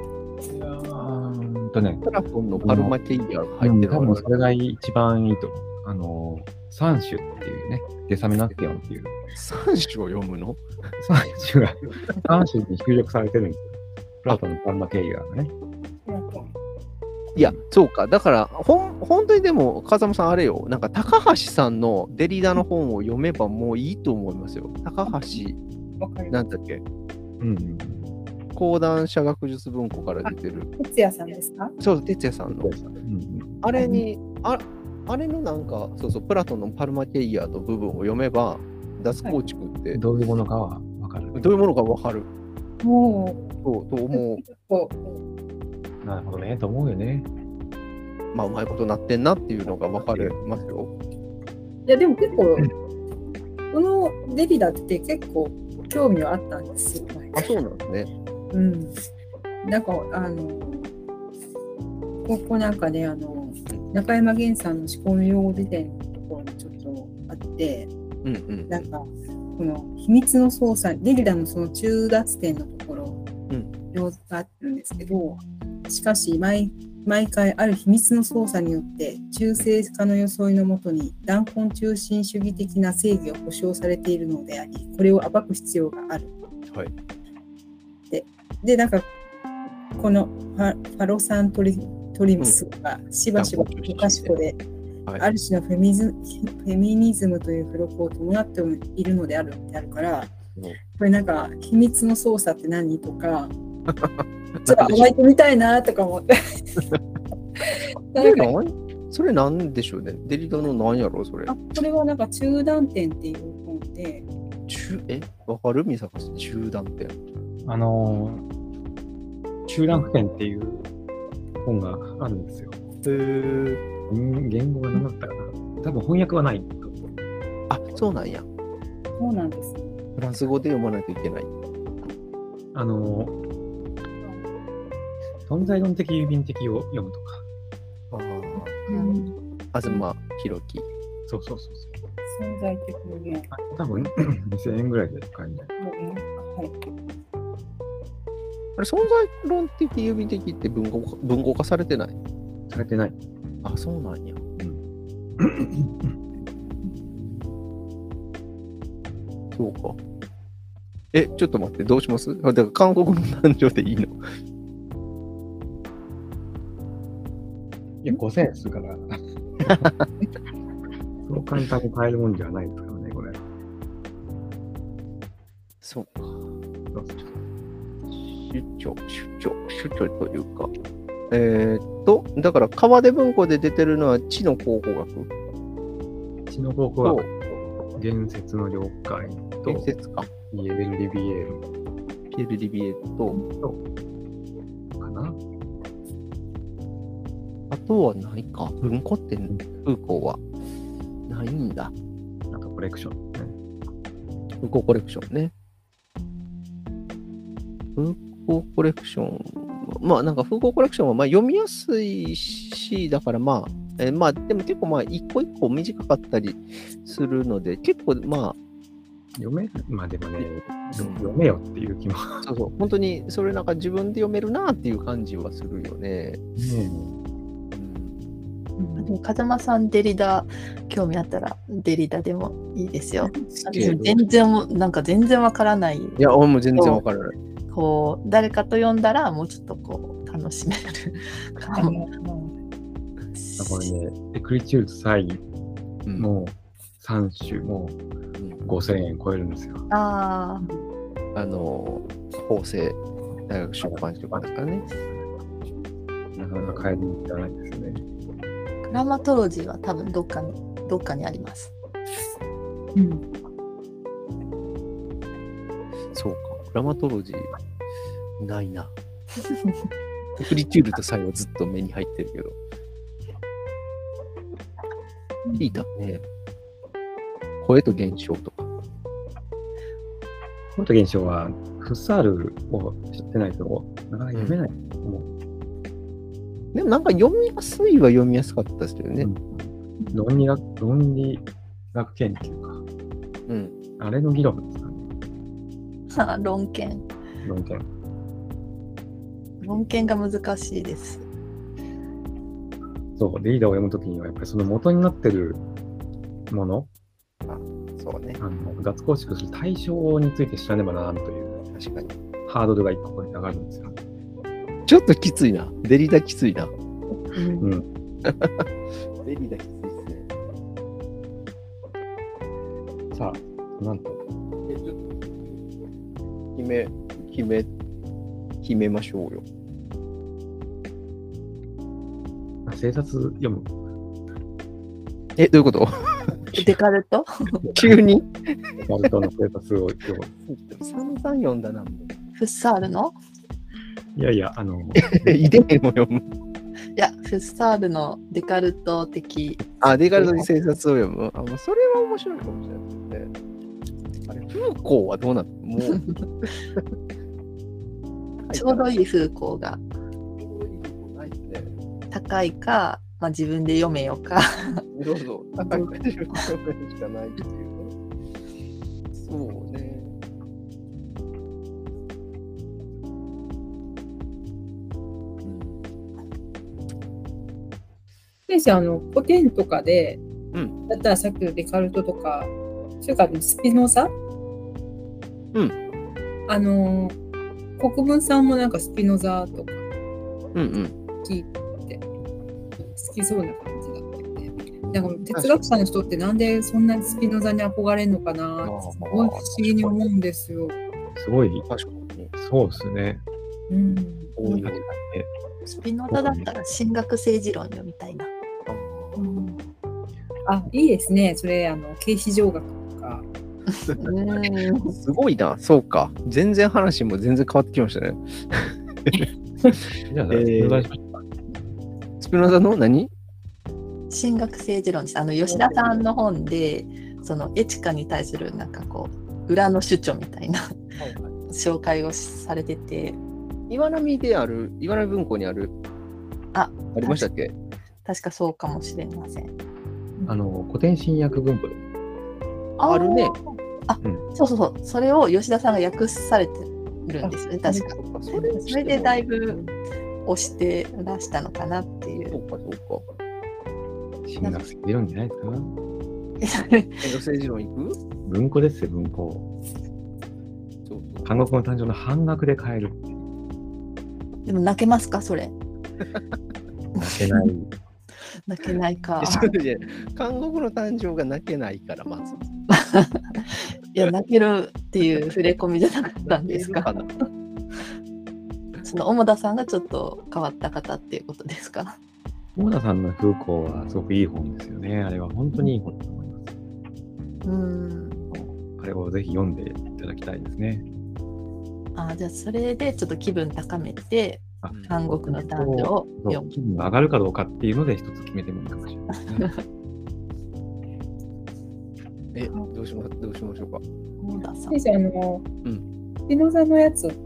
Speaker 1: プラトンのパルマケイヤが入ってる。
Speaker 3: 多分それが一番いいと思う。三種っていうね、デサメナスティオンっていう。
Speaker 1: 三種を読むの？
Speaker 3: 三種に収録されてるんですよ。プラトンのパルマケイヤがね。
Speaker 1: いや、そうか。だから、本当にでも、風間さんあれよ、なんか高橋さんのデリダの本を読めばもういいと思いますよ。高橋、なんだっけ？講談社学術文庫から出てる。
Speaker 4: 哲也さんですか？
Speaker 1: そう、哲也さんの。あれに、あれのなんか、プラトンのパルマケイヤーの部分を読めば、脱構築って、
Speaker 3: どういうものかは分かる。
Speaker 1: どういうものか分かる。
Speaker 4: そう
Speaker 1: と思う。
Speaker 3: なるほどね、と思うよね。
Speaker 1: うまいことなってんなっていうのが分かりますよ。
Speaker 4: いや、でも結構、このデリダって結構興味はあったんですよ。
Speaker 1: あ、そうなんですね。
Speaker 4: なんか、ここなんかね、中山源さんの思考の用語辞典のところにちょっとあって、なんか、この秘密の操作、デリダのその中脱点のところ、用があるんですけど、しかし毎回ある秘密の操作によって中性化の装いのもとに断根中心主義的な正義が保障されているのであり、これを暴く必要がある。でなんかこのファロサントリムスがしばしばおかしこで、ある種のフェミニズムという付録を伴っているのであるってあるから、これなんか秘密の操作って何とかちょっと暴いてみたいなとか思って
Speaker 1: それなんでしょうね。デリダの何やろそれ。
Speaker 4: これはなんか中断点っていう本で。
Speaker 1: わかる？三坂さん、中断点。
Speaker 3: 中断点っていう本があるんですよ。言語がなかったかな。多分翻訳はない。
Speaker 1: あ、そうなんや。
Speaker 4: そうなんです。
Speaker 1: フランス語で読まないといけない。
Speaker 3: 存在論的郵便的を読むとか。
Speaker 1: 東博樹。
Speaker 3: そう。
Speaker 4: 存在的郵便。
Speaker 3: 多分2000円ぐらいで買えるんじゃない？
Speaker 1: あれ、存在論的郵便的って文語化されてない？
Speaker 3: されてない。
Speaker 1: あ、そうなんや。そうか。ちょっと待って、どうします？だから韓国の誕生でいいの？
Speaker 3: いや、5000円するから。そう簡単に買えるもんじゃないですからね、これ。
Speaker 1: そうか。主張というか。だから川出文庫で出てるのは知の考古学。
Speaker 3: 知の考古学。言説の了解と。
Speaker 1: 言説か。
Speaker 3: ピエール・リビエール。
Speaker 1: ピエール・リビエールと。
Speaker 3: かな。
Speaker 1: あとは何か文庫ってフーコーはないんだ。
Speaker 3: あとコレクションね。
Speaker 1: フーコーコレクションね。フーコーコレクション。なんかフーコーコレクションは読みやすいし、だからでも結構一個一個短かったりするので、結構
Speaker 3: 読めるまでもね、読めよっていう気も。
Speaker 1: そう、本当にそれなんか自分で読めるなっていう感じはするよね。
Speaker 2: 風間さんデリダ興味あったらデリダでもいいですよ。全然わからない。
Speaker 1: いや、俺も全然わからない。
Speaker 2: 誰かと読んだらもうちょっと楽しめるかも。
Speaker 3: これね、エクリチュールサイも3種も5000円超えるんですよ。
Speaker 1: 法政大学出版社とかですかね。
Speaker 3: なかなか買えるんじゃないですね。
Speaker 2: グラマトロジーは多分どっかにあります。
Speaker 4: うん。
Speaker 1: そうか、グラマトロジーないな。フリチュールとサイはずっと目に入ってるけど。聞いたね。声と現象とか。
Speaker 3: 声と現象は、フッサールを知ってないとなかなか読めないと思う。
Speaker 1: でもなんか読みやすいは読みやすかったですよね。
Speaker 3: 論理学研究か。
Speaker 1: うん。
Speaker 3: あれの議論ですかね。
Speaker 2: 論憲。論憲が難しいです。
Speaker 3: そう、リーダーを読むときには、やっぱりその元になってるもの、
Speaker 1: そうね。
Speaker 3: 脱構築する対象について知らねばならんという、
Speaker 1: 確かに。
Speaker 3: ハードルが一個ここに上がるんですよ。
Speaker 1: ちょっときついな。デリダきついな。
Speaker 3: うん。
Speaker 1: デリダきついですね。
Speaker 3: さあ、なんと。
Speaker 1: 決めましょうよ。
Speaker 3: 生殺読む。
Speaker 1: どういうこと？
Speaker 2: デカルト
Speaker 1: 急に
Speaker 3: デカルトの生殺を読む。
Speaker 1: 散々読んだな。
Speaker 2: フッサールの
Speaker 3: いや、
Speaker 1: 遺伝を読む。
Speaker 2: いや、フッサールのデカルト的。
Speaker 1: デカルトに生殺を読む。それは面白いかもしれないですね。あれ、フーコーはどうなの？もう
Speaker 2: ちょうどいいフーコーが高いか、自分で読めよか。
Speaker 1: どうぞ。高いか自分で読めるしかないっていうね。そうね。
Speaker 4: 先生、古典とかで、だったらさっきのデカルトとか、それからスピノザ？国分さんもなんかスピノザとか聞いて、好きそうな感じだったよね。なんか哲学者の人ってなんでそんなにスピノザに憧れるのかなってすごい不思議に思うんですよ。
Speaker 3: すごい、
Speaker 1: 確かに。
Speaker 3: そうですね。
Speaker 2: スピノザだったら神学政治論読みたいな。
Speaker 4: いいですね。それ、形式上学とか。
Speaker 1: すごいな。そうか。全然話も全然変わってきましたね。
Speaker 3: じゃあ、
Speaker 1: スピノザの何？
Speaker 2: 神学政治論です。吉田さんの本で、そのエチカに対するなんかこう裏の主張みたいな紹介をされてて、
Speaker 1: 岩波文庫にある。ありましたっけ？
Speaker 2: 確かそうかもしれません。
Speaker 3: 古典新訳文庫で
Speaker 1: あるね。
Speaker 2: そう。それを吉田さんが訳されてるんですよね、確か。それでだいぶ押して出したのかなっていう。
Speaker 1: そうか。
Speaker 3: 新学生理論じゃないですか？
Speaker 1: 新学政治論行く？
Speaker 3: 文庫ですよ、文庫。韓国の誕生の半額で買えるっていう。
Speaker 2: でも泣けますか、それ？
Speaker 3: 泣けない。
Speaker 2: 泣けないか。
Speaker 1: 韓国の誕生が泣けないから、まず。
Speaker 2: いや、泣けるっていう触れ込みじゃなかったんですか？その小田さんがちょっと変わった方っていうことですか？
Speaker 3: 小田さんの風光はすごくいい本ですよね。あれは本当にいい本だと思います。あれをぜひ読んでいただきたいですね。
Speaker 2: じゃあそれでちょっと気分高めて、韓国の誕生を読む。
Speaker 3: 気分が上がるかどうかっていうので一つ決めてもいいかもしれないですね。
Speaker 1: どうしましょうか。
Speaker 4: 先生、スピノザのやつって、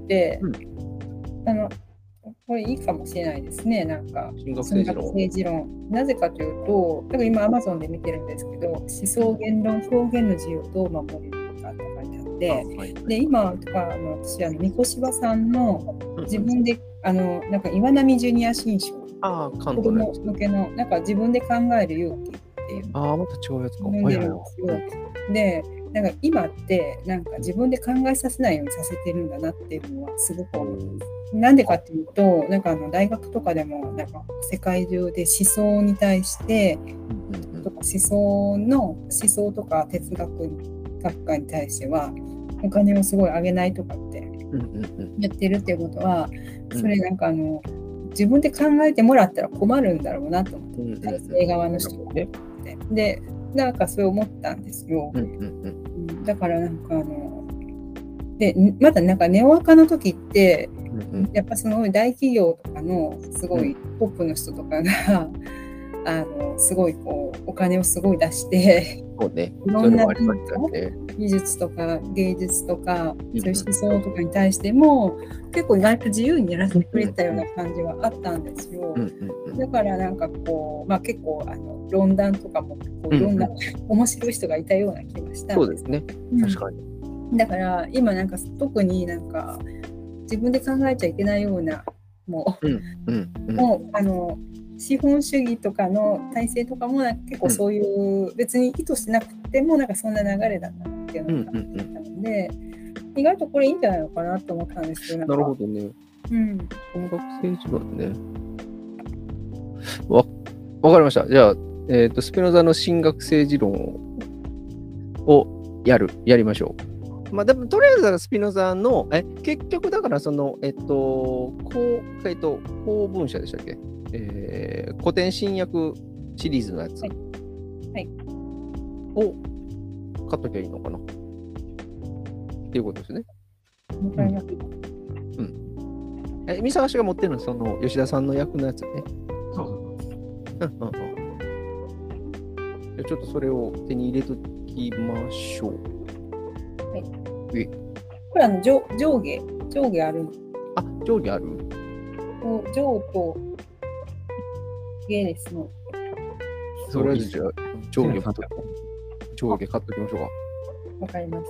Speaker 4: これいいかもしれないですね。なんか、神学政治論。なぜかというと、だから今 Amazon で見てるんですけど、思想言論表現の自由をどう守れるかって書いてあって、で今とか私三越柴さんの自分でなんか岩波ジュニア新書、子供向けのなんか自分で考える勇気っていう
Speaker 1: また違うやつか。
Speaker 4: 読んでるんですよ。でなんか今ってなんか自分で考えさせないようにさせてるんだなっていうのはすごく思います。なんでかっていうとなんか大学とかでもなんか世界中で思想に対してとか思想とか哲学学科に対してはお金をすごいあげないとかってやってるっていうことは、それなんか自分で考えてもらったら困るんだろうなと思って、体制側の人がね。で、なんかそう思ったんですよ。だからなんかで、まだなんかネオアカの時って、やっぱその大企業とかのすごいトップの人とかが、すごいこうお金をすごい出して、
Speaker 1: そうね、
Speaker 4: いろんな技術とか芸術とか、そういう思想とかに対しても結構意外と自由にやらせてくれたような感じはあったんですよ。だからなんかこう、結構論壇とかもこういろんな面白い人がいたような気がしたんです。
Speaker 1: そうですね、確かに。
Speaker 4: だから今なんか特になんか自分で考えちゃいけないようなもう資本主義とかの体制とかも結構そういう別に意図しなくてもなんかそんな流れだなっていうのがあったので、意外とこれいいんじゃないのかなと思ったんですけど。
Speaker 1: なるほどね。音楽政治論ね。わかりました。じゃあ、スピノザの神学政治論をやりましょう。でもとりあえずスピノザの結局だからその公文社でしたっけ、古典新訳シリーズのやつを買っときゃいいのかなっていうことですね。三沢氏が持ってるのその吉田さんの役のやつね。
Speaker 3: そう
Speaker 1: じゃあちょっとそれを手に入れときましょう。
Speaker 4: これ上下ある。
Speaker 1: 上下ある？
Speaker 4: 上と下ですの。
Speaker 1: それはじゃあ上下買っときましょうか。
Speaker 4: わかりました。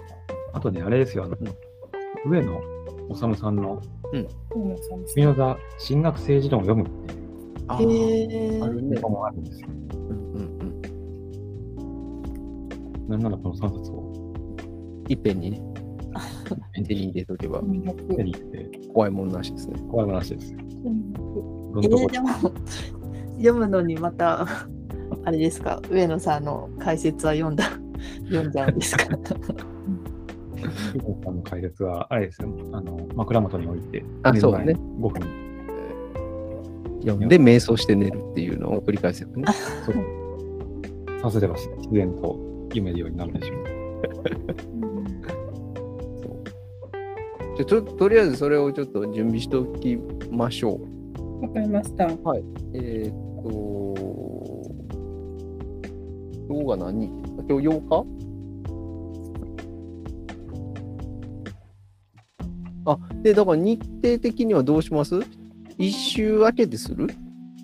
Speaker 3: あとね、あれですよ、上野修さんのスピノザ神学政治論を読むっていうあるんですよ。なんならこの3冊を
Speaker 1: いっぺんにね、手に入れとけば怖いもんなしですね。
Speaker 3: 怖いもんなしです。
Speaker 2: でも読むのにまたあれですか、上野さんの解説は読んじゃうんですか。
Speaker 3: 上野さんの解説はあれですよ、枕元に置いて
Speaker 1: そうね、
Speaker 3: 5分
Speaker 1: 読んで瞑想して寝るっていうのを繰り返せばね。
Speaker 3: そうすれば自然と読めるようになるでしょう。
Speaker 1: じゃとりあえずそれをちょっと準備しておきましょう。
Speaker 4: わかりました。
Speaker 1: はい。今日が何日？今日8日？で、だから日程的にはどうします？一週明けでする？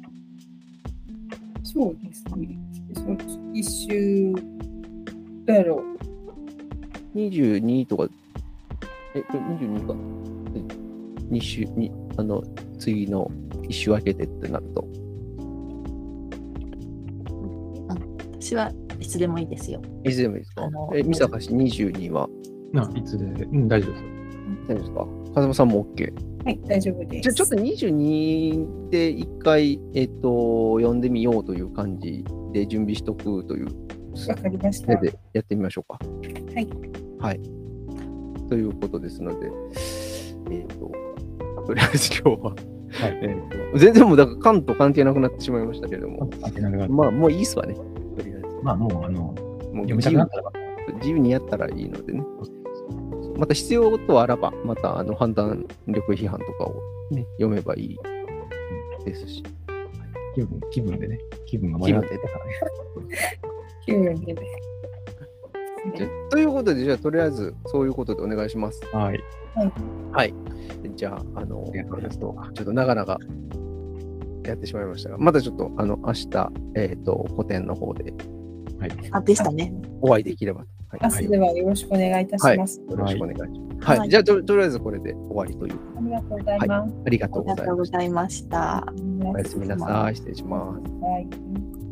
Speaker 4: そうですね。一週、どうやろ
Speaker 1: う。22とか、22か。2週に、次の一週明けてってなると。
Speaker 2: 私はいつでもいいですよ。
Speaker 1: いつでもいいですか？三坂氏22は？
Speaker 3: いつで、大丈夫ですよ。
Speaker 1: 大丈夫ですか？風間さんも OK？
Speaker 4: はい、大丈夫です。
Speaker 1: じゃあちょっと22で一回、読んでみようという感じで準備しとくという。
Speaker 4: わかりました。
Speaker 1: でやってみましょうか。
Speaker 4: はい。
Speaker 1: はい。ということですので、とりあえず今日は、全然もうだから関と関係なくなってしまいましたけれども、もういいっすわね。とりあえず。
Speaker 3: もう読みたくなったら
Speaker 1: 自由にやったらいいのでね。また必要とあらば、また判断力批判とかを、ね、読めばいいですし。
Speaker 3: 気分でね。気分が迷ってたからね。
Speaker 4: 気分でね。
Speaker 1: ということで、じゃあとりあえずそういうことでお願いします。
Speaker 3: はい。
Speaker 1: はい。じゃあ、ちょっと長々やってしまいましたが、またちょっと明日、個展の方で、
Speaker 2: でしたね。
Speaker 1: お会いできればと。
Speaker 4: 明日ではよろしくお願いいたします。
Speaker 1: よろしくお願いします。はい。じゃあとりあえずこれで終わりという。
Speaker 4: ありがとうございます。
Speaker 1: ありがとうございました。
Speaker 2: おやすみなさい。
Speaker 1: おやすみなさい。失礼します。
Speaker 4: はい。